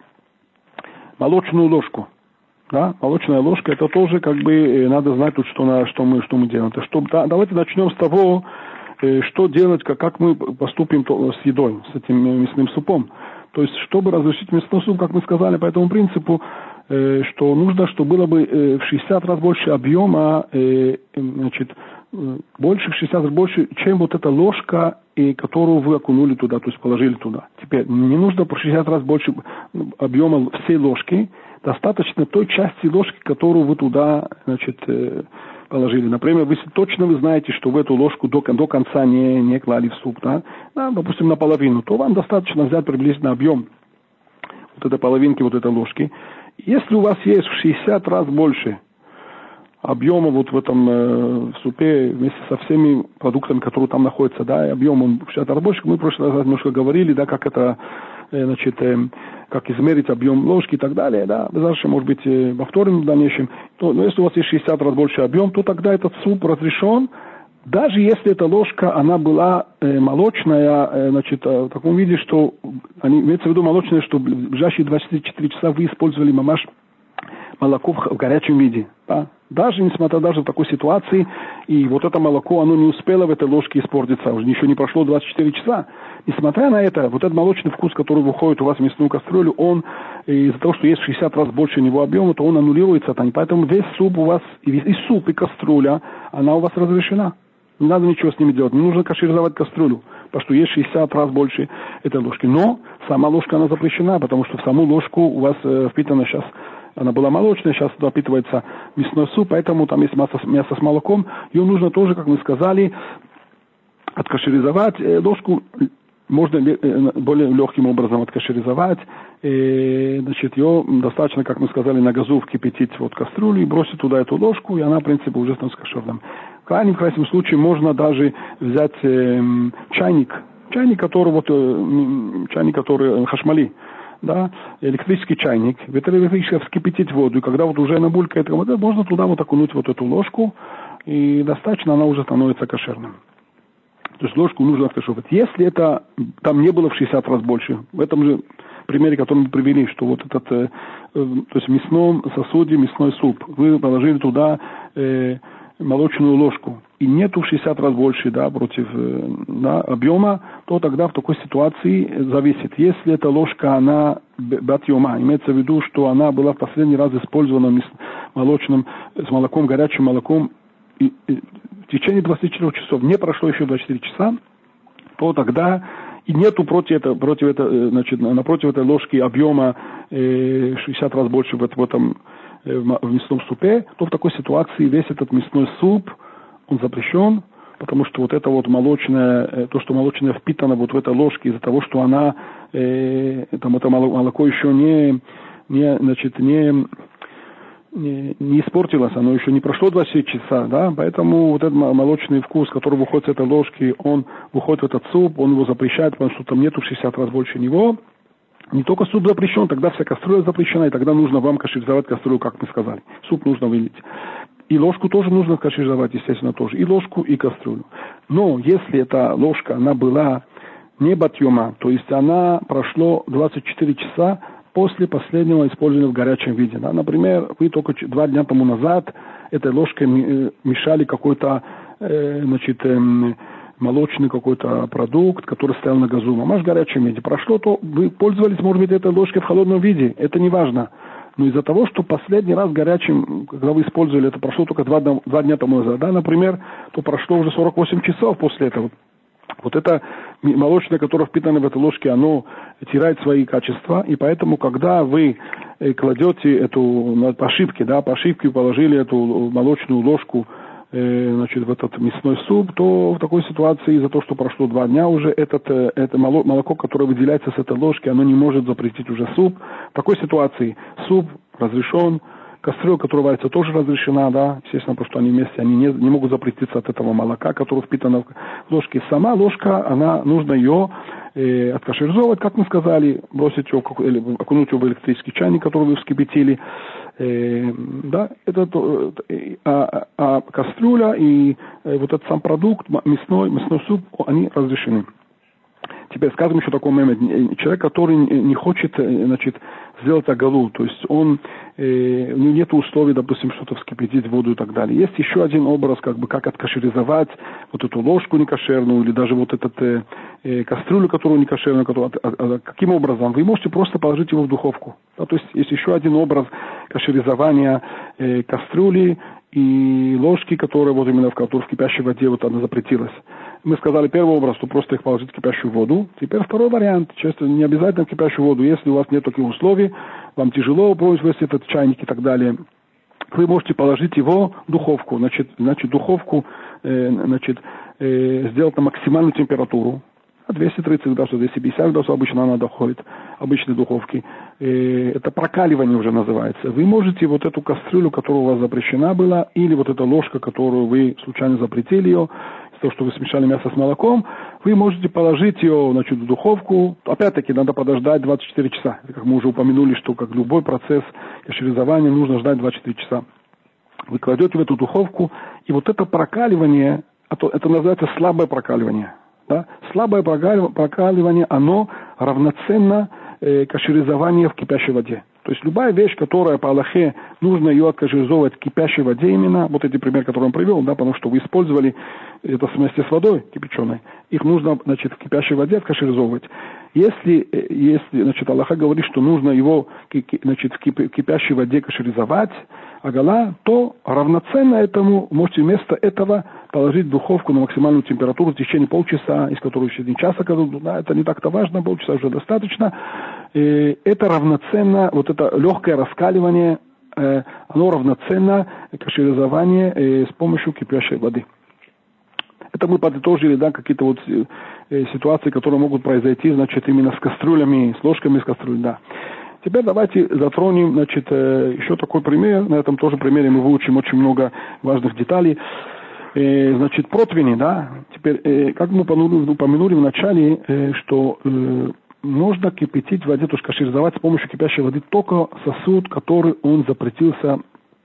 молочную ложку, да, молочная ложка, это тоже как бы э, надо знать тут, что, на, что, мы, что мы делаем. Это что, да, давайте начнем с того, э, что делать, как, как мы поступим то, с едой, с этим мясным супом. То есть, чтобы разрешить мясной суп, как мы сказали, по этому принципу, э, что нужно, чтобы было бы э, в шестьдесят раз больше объема, э, значит, э, больше, в шестьдесят раз больше, чем вот эта ложка, э, которую вы окунули туда, то есть положили туда. Теперь, не нужно по шестьдесят раз больше объема всей ложки, достаточно той части ложки, которую вы туда, значит, э, положили. Например, вы точно вы знаете, что в эту ложку до, до конца не, не клали в суп, да? Да, допустим, наполовину, то вам достаточно взять приблизительно объем вот этой половинки, вот этой ложки. Если у вас есть в шестьдесят раз больше объема вот в этом э, супе, вместе со всеми продуктами, которые там находятся, да, и объемом в шестьдесят раз больше, мы в прошлый раз немножко говорили, да, как это, э, значит, э, как измерить объем ложки и так далее, да, дальше, может быть, э, повторим в дальнейшем, то, но если у вас есть шестьдесят раз больше объем, то тогда этот суп разрешен, даже если эта ложка, она была э, молочная, э, значит, э, в таком виде, что, они, имеется в виду молочная, что в ближайшие двадцать четыре часа вы использовали мамаш молоко в, в горячем виде, да. Даже несмотря даже в такой ситуации, и вот это молоко, оно не успело в этой ложке испортиться, уже еще не прошло двадцать четыре часа. Несмотря на это, вот этот молочный вкус, который выходит у вас в мясную кастрюлю, он из-за того, что есть в шестьдесят раз больше него объема, то он аннулируется. Поэтому весь суп у вас, и, весь, и суп, и кастрюля, она у вас разрешена. Не надо ничего с ними делать. Не нужно кашеризовать кастрюлю, потому что есть шестьдесят раз больше этой ложки. Но сама ложка, она запрещена, потому что в саму ложку у вас э, впитана сейчас, она была молочная, сейчас туда впитывается мясной суп, поэтому там есть мясо, мясо с молоком. Ее нужно тоже, как мы сказали, откашеризовать. Э, ложку можно э, более легким образом откашеризовать. Э, значит, ее достаточно, как мы сказали, на газу вкипятить вот кастрюлю и бросить туда эту ложку, и она, в принципе, уже становится кошерным. В крайнем, в крайнем случае можно даже взять э, чайник, чайник, который вот, э, чайник, который э, хашмали, да, электрический чайник, электрически вскипятить воду, и когда вот уже набулькает, можно туда вот окунуть вот эту ложку, и достаточно, она уже становится кошерным. То есть ложку нужно откашировать. Если это там не было в шестьдесят раз больше, в этом же примере, который мы привели, что вот этот, э, э, то есть в мясном сосуде мясной суп, вы положили туда э, молочную ложку, и нету в шестьдесят раз больше, да, против э, да, объема, то тогда в такой ситуации зависит. Если эта ложка, она батьома, имеется в виду, что она была в последний раз использована молочным, с молоком, горячим молоком, и, и, в течение двадцати четырёх часов, не прошло еще двадцать четыре часа, то тогда и нету против, это, против это, значит, напротив этой ложки объема э, шестьдесят раз больше в, в этом э, в мясном супе, то в такой ситуации весь этот мясной суп, он запрещен, потому что вот это вот молочное, э, то, что молочное впитано вот в этой ложке, из-за того, что она, э, там, это молоко еще не, не, значит, не Не, не испортилось, оно еще не прошло двадцать часа, да, поэтому вот этот молочный вкус, который выходит с этой ложки, он выходит в этот суп, он его запрещает, потому что там нету в шестьдесят раз больше него. Не только суп запрещен, тогда вся кастрюля запрещена, и тогда нужно вам кашеризовать кастрюлю, как мы сказали. Суп нужно вылить. И ложку тоже нужно кашеризовать, естественно, тоже. И ложку, и кастрюлю. Но если эта ложка, она была не батьома, то есть она прошло двадцать четыре часа, после последнего использования в горячем виде. Да? Например, вы только два дня тому назад этой ложкой мешали какой-то э, значит, э, молочный какой-то продукт, который стоял на газу. Мамаш в горячем виде. Прошло, то вы пользовались, может быть, этой ложкой в холодном виде. Это не важно. Но из-за того, что последний раз горячим, когда вы использовали это, прошло только два, два дня тому назад, да, например, то прошло уже сорок восемь часов после этого. Вот это молочное, которое впитано в этой ложке, оно теряет свои качества, и поэтому, когда вы кладете эту по ошибке, да, по ошибке положили эту молочную ложку значит, в этот мясной суп, то в такой ситуации, из-за того, что прошло два дня уже, этот, это молоко, которое выделяется с этой ложки, оно не может запретить уже суп. В такой ситуации суп разрешен, кастрюля, которая варится, тоже разрешена, да, естественно, потому что они вместе, они не, не могут запретиться от этого молока, которое впитано в ложке. Сама ложка, она, нужно ее э, откашерзовать, как мы сказали, бросить ее, или окунуть ее в электрический чайник, который вы вскипятили. Э, да, это, э, а, а кастрюля и э, вот этот сам продукт, мясной, мясной суп, они разрешены. Теперь скажем еще такой момент. Человек, который не хочет, значит, сделать агалу, то есть он, э, у него нет условий, допустим, что-то вскипятить воду и так далее. Есть еще один образ, как бы, как откашеризовать вот эту ложку некошерную, или даже вот эту э, кастрюлю, которую некошерную, которую, а, а, каким образом? Вы можете просто положить его в духовку. Да, то есть есть еще один образ кашеризования э, кастрюли и ложки, которая вот именно в, в кипящей воде, вот она запретилась. Мы сказали первый образ, что просто их положить в кипящую воду. Теперь второй вариант, честно, не обязательно в кипящую воду. Если у вас нет таких условий, вам тяжело произвести этот чайник и так далее, вы можете положить его в духовку. Значит, значит духовку э, значит, э, сделать на максимальную температуру. двести тридцать градусов, двести пятьдесят градусов обычно она доходит, обычной духовки. Э, это прокаливание уже называется. Вы можете вот эту кастрюлю, которая у вас запрещена была, или вот эта ложка, которую вы случайно запретили ее, то, что вы смешали мясо с молоком, вы можете положить ее, значит, в духовку. Опять-таки, надо подождать двадцать четыре часа. Как мы уже упомянули, что как любой процесс кашеризования нужно ждать двадцать четыре часа. Вы кладете в эту духовку, и вот это прокаливание, это называется слабое прокаливание. Да? Слабое прокаливание, оно равноценно э, кашеризованию в кипящей воде. То есть любая вещь, которая по Аллахе, нужно ее откашеризовывать в кипящей воде именно, вот эти примеры, которые он привел, да, потому что вы использовали это вместе с водой кипяченой, их нужно, значит, в кипящей воде откашеризовывать. Если, если, значит, Аллаха говорит, что нужно его, значит, в кипящей воде кашеризовать, агала, то равноценно этому можете вместо этого положить в духовку на максимальную температуру в течение полчаса, из которой еще не часа, да, это не так-то важно, полчаса уже достаточно. И это равноценно, вот это легкое раскаливание, э, оно равноценно кашеризованию э, с помощью кипящей воды. Это мы подытожили, да, какие-то вот э, ситуации, которые могут произойти, значит, именно с кастрюлями, с ложками из кастрюль, да. Теперь давайте затронем, значит, э, еще такой пример. На этом тоже примере мы выучим очень много важных деталей. Э, значит, противни, да. Теперь, э, как мы упомянули, упомянули в начале, э, что э, можно кипятить в воде, то есть кашеризовать с помощью кипящей воды только сосуд, который он запретился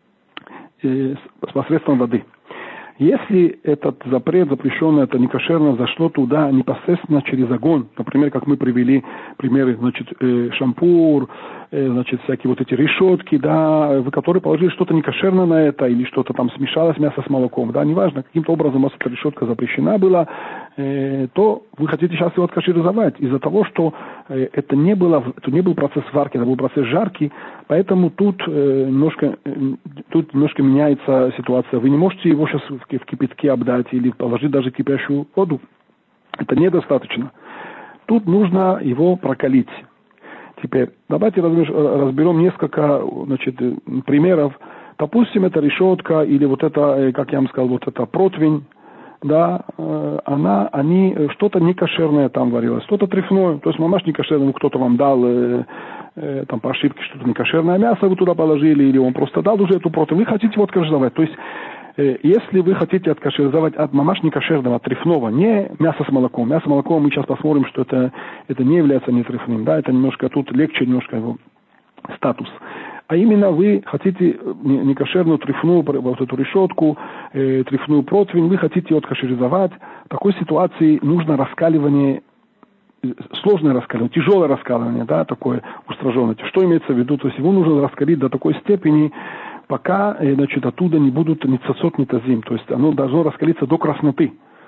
э, с посредством воды. Если этот запрет, запрещенный, это некошерно, зашло туда непосредственно через огонь, например, как мы привели примеры, значит, э, шампур, э, значит, всякие вот эти решетки, да, вы которые положили что-то некошерно на это, или что-то там смешалось мясо с молоком, да, неважно, каким-то образом у вас эта решетка запрещена была, э, то вы хотите сейчас его откашеризовать из-за того, что э, это не было, это не был процесс варки, это был процесс жарки, поэтому тут э, немножко, э, тут немножко меняется ситуация. Вы не можете его сейчас в в кипятке обдать или положить даже кипящую воду. Это недостаточно. Тут нужно его прокалить. Теперь давайте разберем несколько, значит, примеров. Допустим, это решетка или вот это, как я вам сказал, вот это противень, да, она, они, что-то некошерное там варилось, что-то трефное, то есть мамаш некошерное, кто-то вам дал э, э, там по ошибке что-то некошерное мясо вы туда положили, или он просто дал уже эту противень, вы хотите его откашеризовать, то есть если вы хотите откашеризовать от мамаш некошерного, от трефного, не мясо с молоком. Мясо с молоком мы сейчас посмотрим, что это, это не является не трефным. Да, это немножко тут легче, немножко его статус. А именно вы хотите некошерную трефную, вот эту решетку, э, трефную противень, вы хотите ее откашеризовать. В такой ситуации нужно раскаливание, сложное раскаливание, тяжелое раскаливание, да, такое устраженное. Что имеется в виду? То есть его нужно раскалить до такой степени, пока, значит, оттуда не будут ни цацот, ни тазим. То есть оно должно раскалиться до красноты.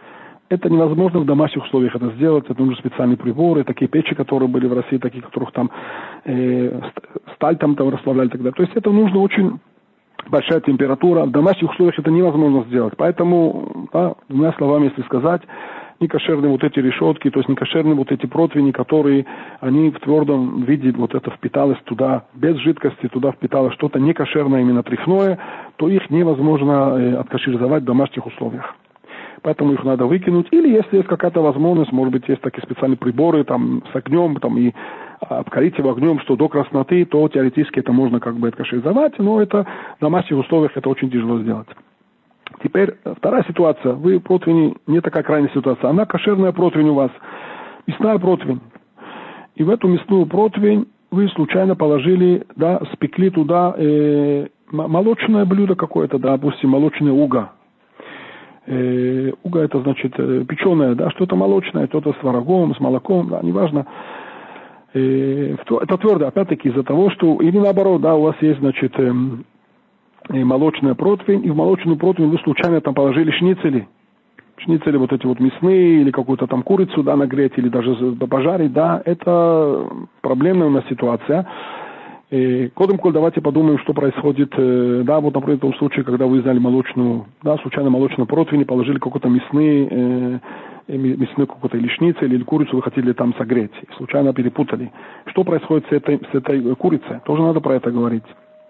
Это невозможно в домашних условиях это сделать. Это нужны специальные приборы, такие печи, которые были в России, такие, которых там э, сталь там, там расплавляли и так далее. То есть это нужно очень большая температура. В домашних условиях это невозможно сделать. Поэтому, да, двумя словами, если сказать, некошерные вот эти решетки, то есть некошерные вот эти противни, которые, они в твердом виде, вот это впиталось туда, без жидкости, туда впиталось что-то некошерное, именно трефное, то их невозможно э, откашеризовать в домашних условиях. Поэтому их надо выкинуть. Или если есть какая-то возможность, может быть, есть такие специальные приборы там, с огнем там, и обкалить его огнем, что до красноты, то теоретически это можно как бы откашеризовать, но это в домашних условиях это очень тяжело сделать. Теперь вторая ситуация. Вы противень, не такая крайняя ситуация. Она кошерная противень у вас. Мясная противень. И в эту мясную противень вы случайно положили, да, спекли туда э, молочное блюдо какое-то, да, допустим, молочное уга. Э, уга это значит э, печеное, да, что-то молочное, что-то с творогом, с молоком, да, неважно. Э, это твердо, опять-таки, из-за того, что, или наоборот, да, у вас есть, значит, э, молочная противень, и в молочную противень вы случайно там положили шницели. Шницели вот эти вот мясные, или какую-то там курицу, да, нагреть, или даже пожарить, да, это проблемная у нас ситуация. И, кодом коль, давайте подумаем, что происходит, да, вот, например, в том случае, когда вы взяли молочную, да, случайно молочную противень и положили какой-то мясные, э, мясной какой-то или шницель, или курицу вы хотели там согреть, и случайно перепутали. Что происходит с этой, с этой курицей? Тоже надо про это говорить.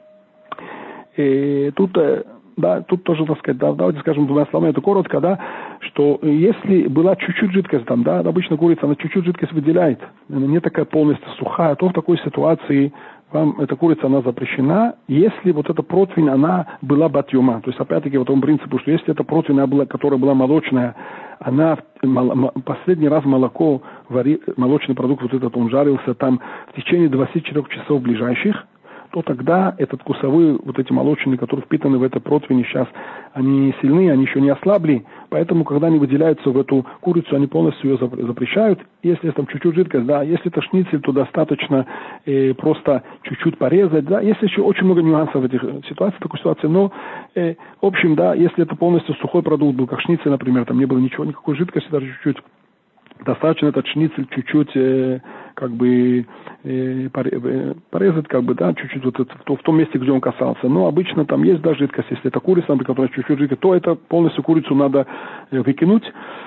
И тут, да, тут тоже, так сказать, да, давайте скажем двумя словами, это коротко, да, что если была чуть-чуть жидкость там, да, обычно курица, она чуть-чуть жидкость выделяет, она не такая полностью сухая, то в такой ситуации вам эта курица, она запрещена, если вот эта противень, она была батюма. То есть, опять-таки, вот тому принципу, что если эта противень, была, которая была молочная, она последний раз молоко, вари, молочный продукт вот этот, он жарился там в течение двадцати четырёх часов ближайших, то тогда этот вкусовые, вот эти молочные, которые впитаны в этой противень, сейчас они сильны, они еще не ослабли, поэтому, когда они выделяются в эту курицу, они полностью ее запрещают. Если там чуть-чуть жидкость, да, если это шницель, то достаточно э, просто чуть-чуть порезать, да, есть еще очень много нюансов в этих ситуациях, такой ситуации, но, э, в общем, да, если это полностью сухой продукт был, как шницель, например, там не было ничего, никакой жидкости, даже чуть-чуть, достаточно этот шницель чуть-чуть, э, как бы, э, порезать, как бы, да, чуть-чуть вот это, в, то, в том месте, где он касался. Но обычно там есть, да, жидкость. Если это курица, которая чуть-чуть жидкая, то это полностью курицу надо э, выкинуть.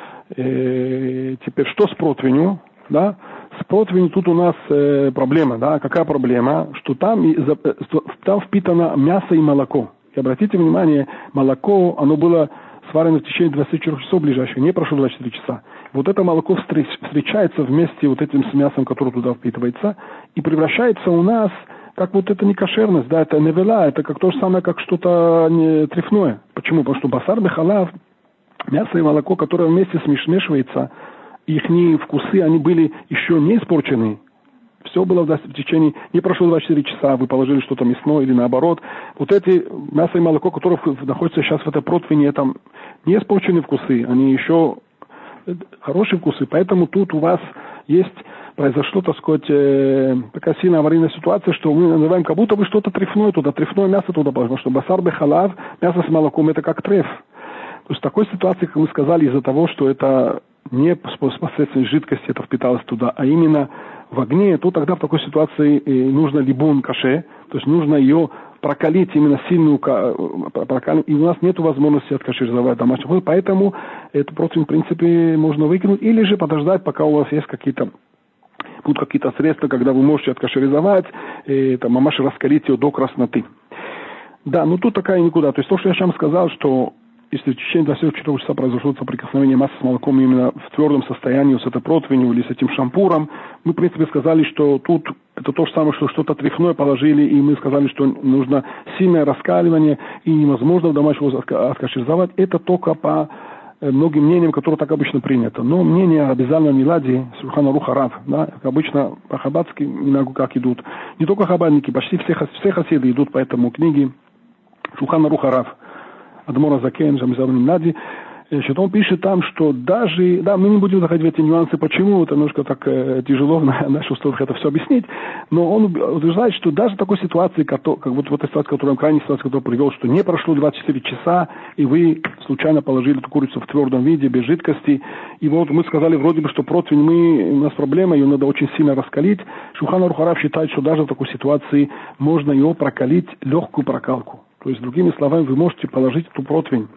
Э, теперь, что с противнью, да? С противнью тут у нас э, проблема, да? Какая проблема? Что там, там впитано мясо и молоко. И обратите внимание, молоко, оно было сварено в течение двадцати четырёх часов ближайших, не прошло двадцать четыре часа. Вот это молоко встречается вместе вот этим с мясом, которое туда впитывается, и превращается у нас, как вот это некошерность, да, это невела, это как то же самое, как что-то не трефное. Почему? Потому что басар бехалав, мясо и молоко, которое вместе смешивается, их вкусы, они были еще не испорчены. Все было в течение, не прошло двадцать четыре часа, вы положили что-то мясное или наоборот. Вот эти мясо и молоко, которые находятся сейчас в этой противне, это не испорченные вкусы, они еще хорошие вкусы. Поэтому тут у вас есть, произошло, так сказать, э, такая сильная аварийная ситуация, что мы называем, как будто бы что-то трефное туда, трефное мясо туда положено, что басар бехалав, мясо с молоком, это как треф. То есть в такой ситуации, как мы сказали, из-за того, что это не посредством жидкости это впиталось туда, а именно в огне, то тогда в такой ситуации нужно либун каше, то есть нужно ее прокалить, именно сильную прокалить, и у нас нет возможности откашеризовать домашних условиях, поэтому эту противень, в принципе, можно выкинуть, или же подождать, пока у вас есть какие-то будут какие-то средства, когда вы можете откашеризовать, и, там, мамаши раскалить ее до красноты. Да, ну тут такая никуда. То есть то, что я сейчас сказал, что если в течение двадцати четырёх часа произошло соприкосновение массы с молоком именно в твердом состоянии с этой противнью или с этим шампуром, мы, в принципе, сказали, что тут это то же самое, что что-то трефное положили, и мы сказали, что нужно сильное раскаливание, и невозможно в домашнем откашеризовать. Это только по многим мнениям, которые так обычно принято. Но мнение обязательно Милади, Шулхан Арух Рав, да, обычно по-хаббатски иногда как идут. Не только хаббатники, почти все, все хасиды идут по этому книге Шулхан Арух Рав. Адмор Азакен, Жамизар Милади. Значит, он пишет там, что даже, да, мы не будем заходить в эти нюансы, почему, это немножко так э, тяжело на наших условиях это все объяснить, но он утверждает, что даже в такой ситуации, как, как вот в этой ситуации, которую, крайней ситуации, которую привел, что не прошло двадцать четыре часа, и вы случайно положили эту курицу в твердом виде, без жидкости, и вот мы сказали вроде бы, что противень, мы, у нас проблема, ее надо очень сильно раскалить. Шулхан Арух Арав считает, что даже в такой ситуации можно его прокалить, легкую прокалку. То есть, другими словами, вы можете положить эту противень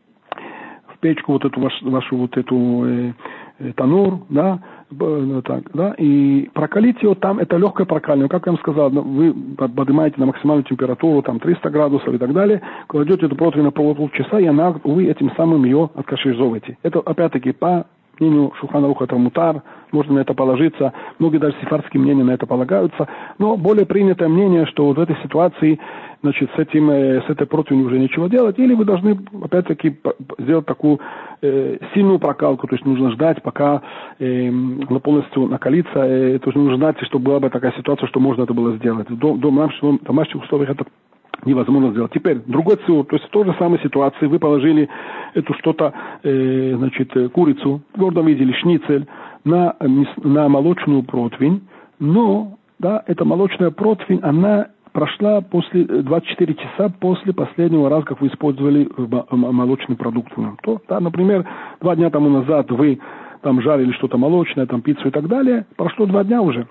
в печку, вот эту вашу, вашу вот эту э, э, танур, да, э, так, да, и прокалить его там, это легкое прокаливание. Как я вам сказал, вы поднимаете на максимальную температуру, там триста градусов и так далее, кладете эту противень на полчаса, и она, вы этим самым ее откашеризовываете. Это, опять-таки, по мнению Шулхан Аруха, это мутар, можно на это положиться, многие даже сефардские мнения на это полагаются, но более принятое мнение, что вот в этой ситуации, значит, с этим, с этой противнью уже ничего делать, или вы должны, опять-таки, сделать такую э, сильную прокалку, то есть нужно ждать, пока э, она полностью накалится, э, то есть нужно ждать, чтобы была бы такая ситуация, что можно это было сделать. В дом, домашних, домашних условиях это невозможно сделать. Теперь, другой циур, то есть в той же самой ситуации вы положили эту что-то, э, значит, курицу, в твердом виде или шницель, на, на молочную противень, но, да, эта молочная противень, она прошла после двадцать четыре часа после последнего раза, как вы использовали молочный продукт. То, да, например, два дня тому назад вы там жарили что-то молочное, там пиццу и так далее, прошло два дня уже.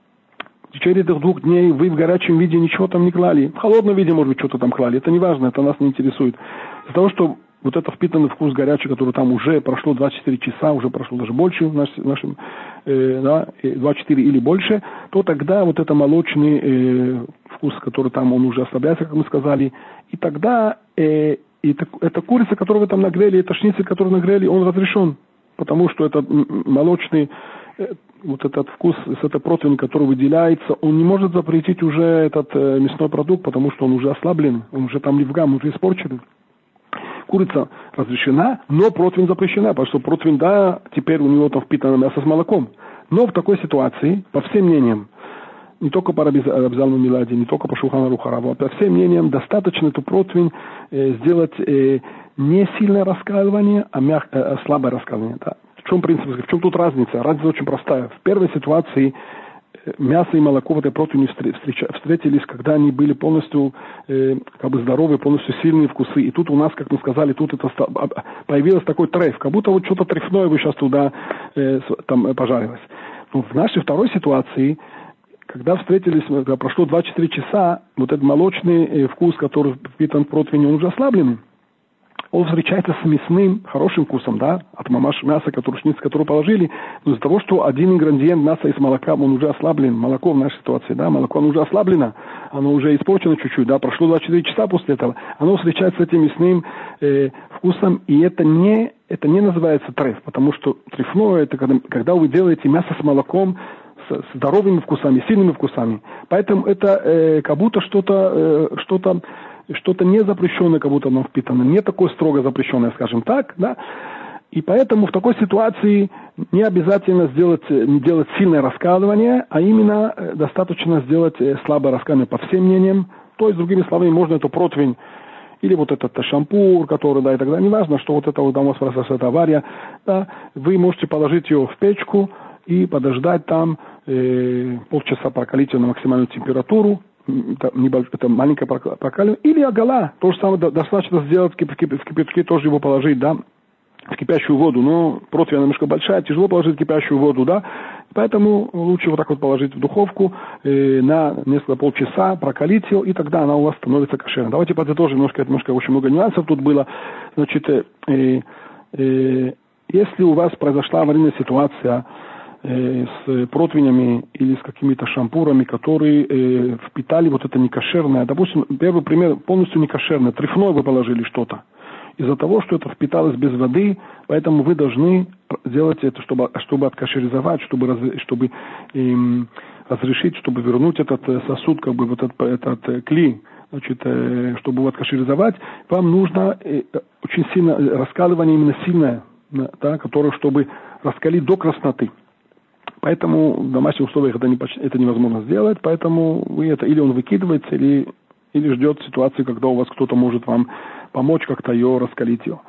В течение этих двух дней вы в горячем виде ничего там не клали. В холодном виде, может быть, что-то там клали. Это не важно, это нас не интересует. Из-за того, что вот этот впитанный вкус горячий, который там уже прошло двадцать четыре часа, уже прошло даже больше, в нашем, нашем, э, да, двадцать четыре или больше, то тогда вот это молочный э, вкус, который там, он уже ослабляется, как мы сказали, и тогда э, и так, эта курица, которую вы там нагрели, это шницель, который нагрели, он разрешен, потому что этот молочный э, вот этот вкус, с этой противень, который выделяется, он не может запретить уже этот э, мясной продукт, потому что он уже ослаблен, он уже там ливгам, уже испорчен. Курица разрешена, но противень запрещена, потому что противень, да, теперь у него там впитано мясо с молоком. Но в такой ситуации, по всем мнениям, не только по Раби Залману Миладе, не только по Шулхан Арух Араву, а по всем мнениям, достаточно эту противень э, сделать э, не сильное раскаливание, а, мяг, э, слабое раскаливание. Да. В чем принцип? В чем тут разница? Разница очень простая. В первой ситуации мясо и молоко в этой противне встретились, когда они были полностью э, как бы здоровые, полностью сильные вкусы. И тут у нас, как мы сказали, тут это появилось такой трейф, как будто вот что-то трефное вы сейчас туда э, там пожарилось. Но в нашей второй ситуации, когда встретились, когда прошло двадцать четыре часа, вот этот молочный э, вкус, который впитан в противень, он уже ослабленный. Он встречается с мясным, хорошим вкусом, да, от мамаш мяса, который, шниц, который положили, но из-за того, что один ингредиент мяса из молока, он уже ослаблен, молоко в нашей ситуации, да, молоко оно уже ослаблено, оно уже испорчено чуть-чуть, да, прошло двадцать четыре часа после этого, оно встречается с этим мясным э, вкусом, и это не, это не называется треф, потому что трефное, это когда, когда вы делаете мясо с молоком, с здоровыми вкусами, сильными вкусами, поэтому это э, как будто что-то, э, что-то, что-то не запрещенное, как будто оно впитано, не такое строго запрещенное, скажем так, да, и поэтому в такой ситуации не обязательно сделать, не делать сильное раскалывание, а именно достаточно сделать слабое раскалывание по всем мнениям, то есть, другими словами, можно эту противень, или вот этот шампур, который, да, и так далее, неважно, что вот это вот у нас произошла эта авария, да, вы можете положить ее в печку и подождать там, э, полчаса прокалить ее на максимальную температуру, это, небольш... это маленькое прокаливание, или агала, то же самое достаточно сделать в кипятке, тоже его положить, да, в кипящую воду, но противень немножко большая, тяжело положить в кипящую воду, да, поэтому лучше вот так вот положить в духовку э, на несколько полчаса, прокалить ее, и тогда она у вас становится кошерной. Давайте подытожим, немножко, немножко очень много нюансов тут было. Значит, э, э, если у вас произошла аварийная ситуация э, с противнями или с какими-то шампурами, которые э, впитали вот это некошерное, допустим, первый пример, полностью некошерное, трефное вы положили что-то, из-за того, что это впиталось без воды, поэтому вы должны сделать это, чтобы, чтобы откашеризовать, чтобы, раз, чтобы эм, разрешить, чтобы вернуть этот сосуд, как бы вот этот, этот кли, значит, э, чтобы его откашеризовать, вам нужно э, очень сильно раскаливание, именно сильное, да, которое, чтобы раскалить до красноты. Поэтому в домашних условиях это, не, это невозможно сделать, поэтому вы это или он выкидывается, или, или ждет ситуации, когда у вас кто-то может вам помочь как-то ее раскалить ее.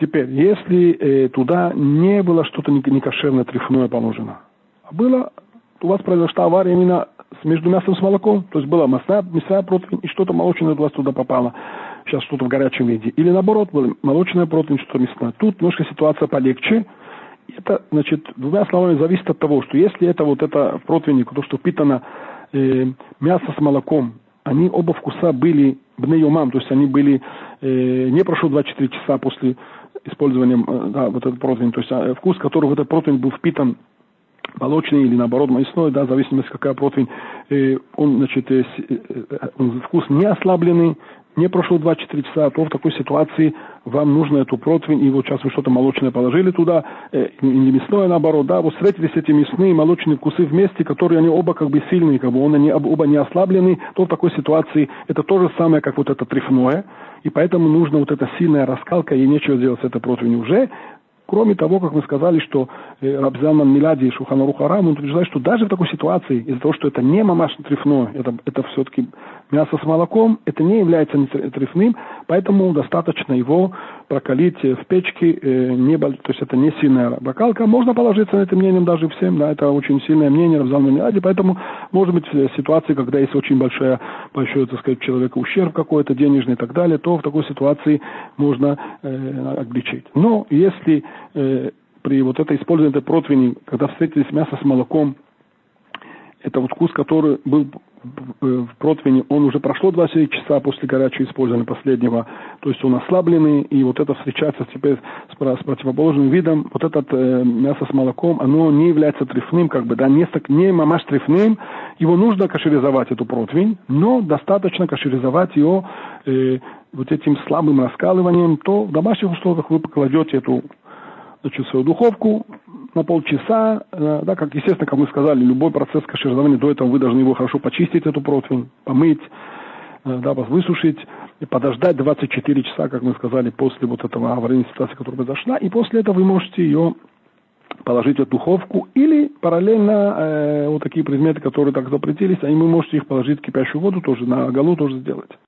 Теперь, если э, туда не было что-то некошерное, трефное положено, а было, у вас произошла авария именно между мясом с молоком, то есть была мясная, мясная противень и что-то молочное у вас туда попало, сейчас что-то в горячем виде. Или наоборот, была молочная противень, что-то мясное. Тут немножко ситуация полегче. Это, значит, двумя словами зависит от того, что если это вот это противень, то, что впитано э, мясо с молоком, они оба вкуса были бнеюмам, то есть они были, э, не прошло двадцать четыре часа после использования э, да, вот этот противень, то есть э, вкус, который в этот противень был впитан, молочный или наоборот мясной, да, в зависимости какая противень, э, он, значит, э, э, он, вкус не ослабленный, не прошло двадцать четыре часа, то в такой ситуации вам нужно эту противень, и вот сейчас вы что-то молочное положили туда, э, не мясное наоборот, да, вот встретились эти мясные и молочные вкусы вместе, которые они оба как бы сильные, как бы они оба не ослаблены, то в такой ситуации это то же самое, как вот это трефное, и поэтому нужно вот эта сильная раскалка, и нечего делать с этой противнью уже. Кроме того, как мы сказали, что э, Рав Залман Милади и Шулхан Арух Арам, он утверждает, что даже в такой ситуации, из-за того, что это не мамашно трефное, это, это все-таки мясо с молоком, это не является трефным, поэтому достаточно его прокалить в печке, э, не, то есть это не сильная прокалка. Можно положиться на это мнением даже всем, да, это очень сильное мнение Рав Залман Милади, поэтому может быть в ситуации, когда есть очень большая, большой, так сказать, человека ущерб какой-то денежный и так далее, то в такой ситуации можно э, облегчить. Но если э, при вот этой использовании этой противни, когда встретились мясо с молоком, это вот вкус, который был в противне, он уже прошло двадцать четыре часа после горячего использования последнего, то есть он ослабленный, и вот это встречается теперь с, с противоположным видом, вот это э, мясо с молоком, оно не является трефным, как бы, да, не, не мамаш трефным, его нужно кашеризовать, эту противень, но достаточно кашеризовать ее э, вот этим слабым раскалыванием, то в домашних условиях вы покладете эту, значит, свою духовку на полчаса, да, как, естественно, как мы сказали, любой процесс кашеризования, до этого вы должны его хорошо почистить, эту противень, помыть, да, высушить, и подождать двадцать четыре часа, как мы сказали, после вот этого аварийной ситуации, которая произошла, и после этого вы можете ее положить в духовку, или параллельно э, вот такие предметы, которые так запретились, они вы можете их положить в кипящую воду тоже, на оголу тоже сделать.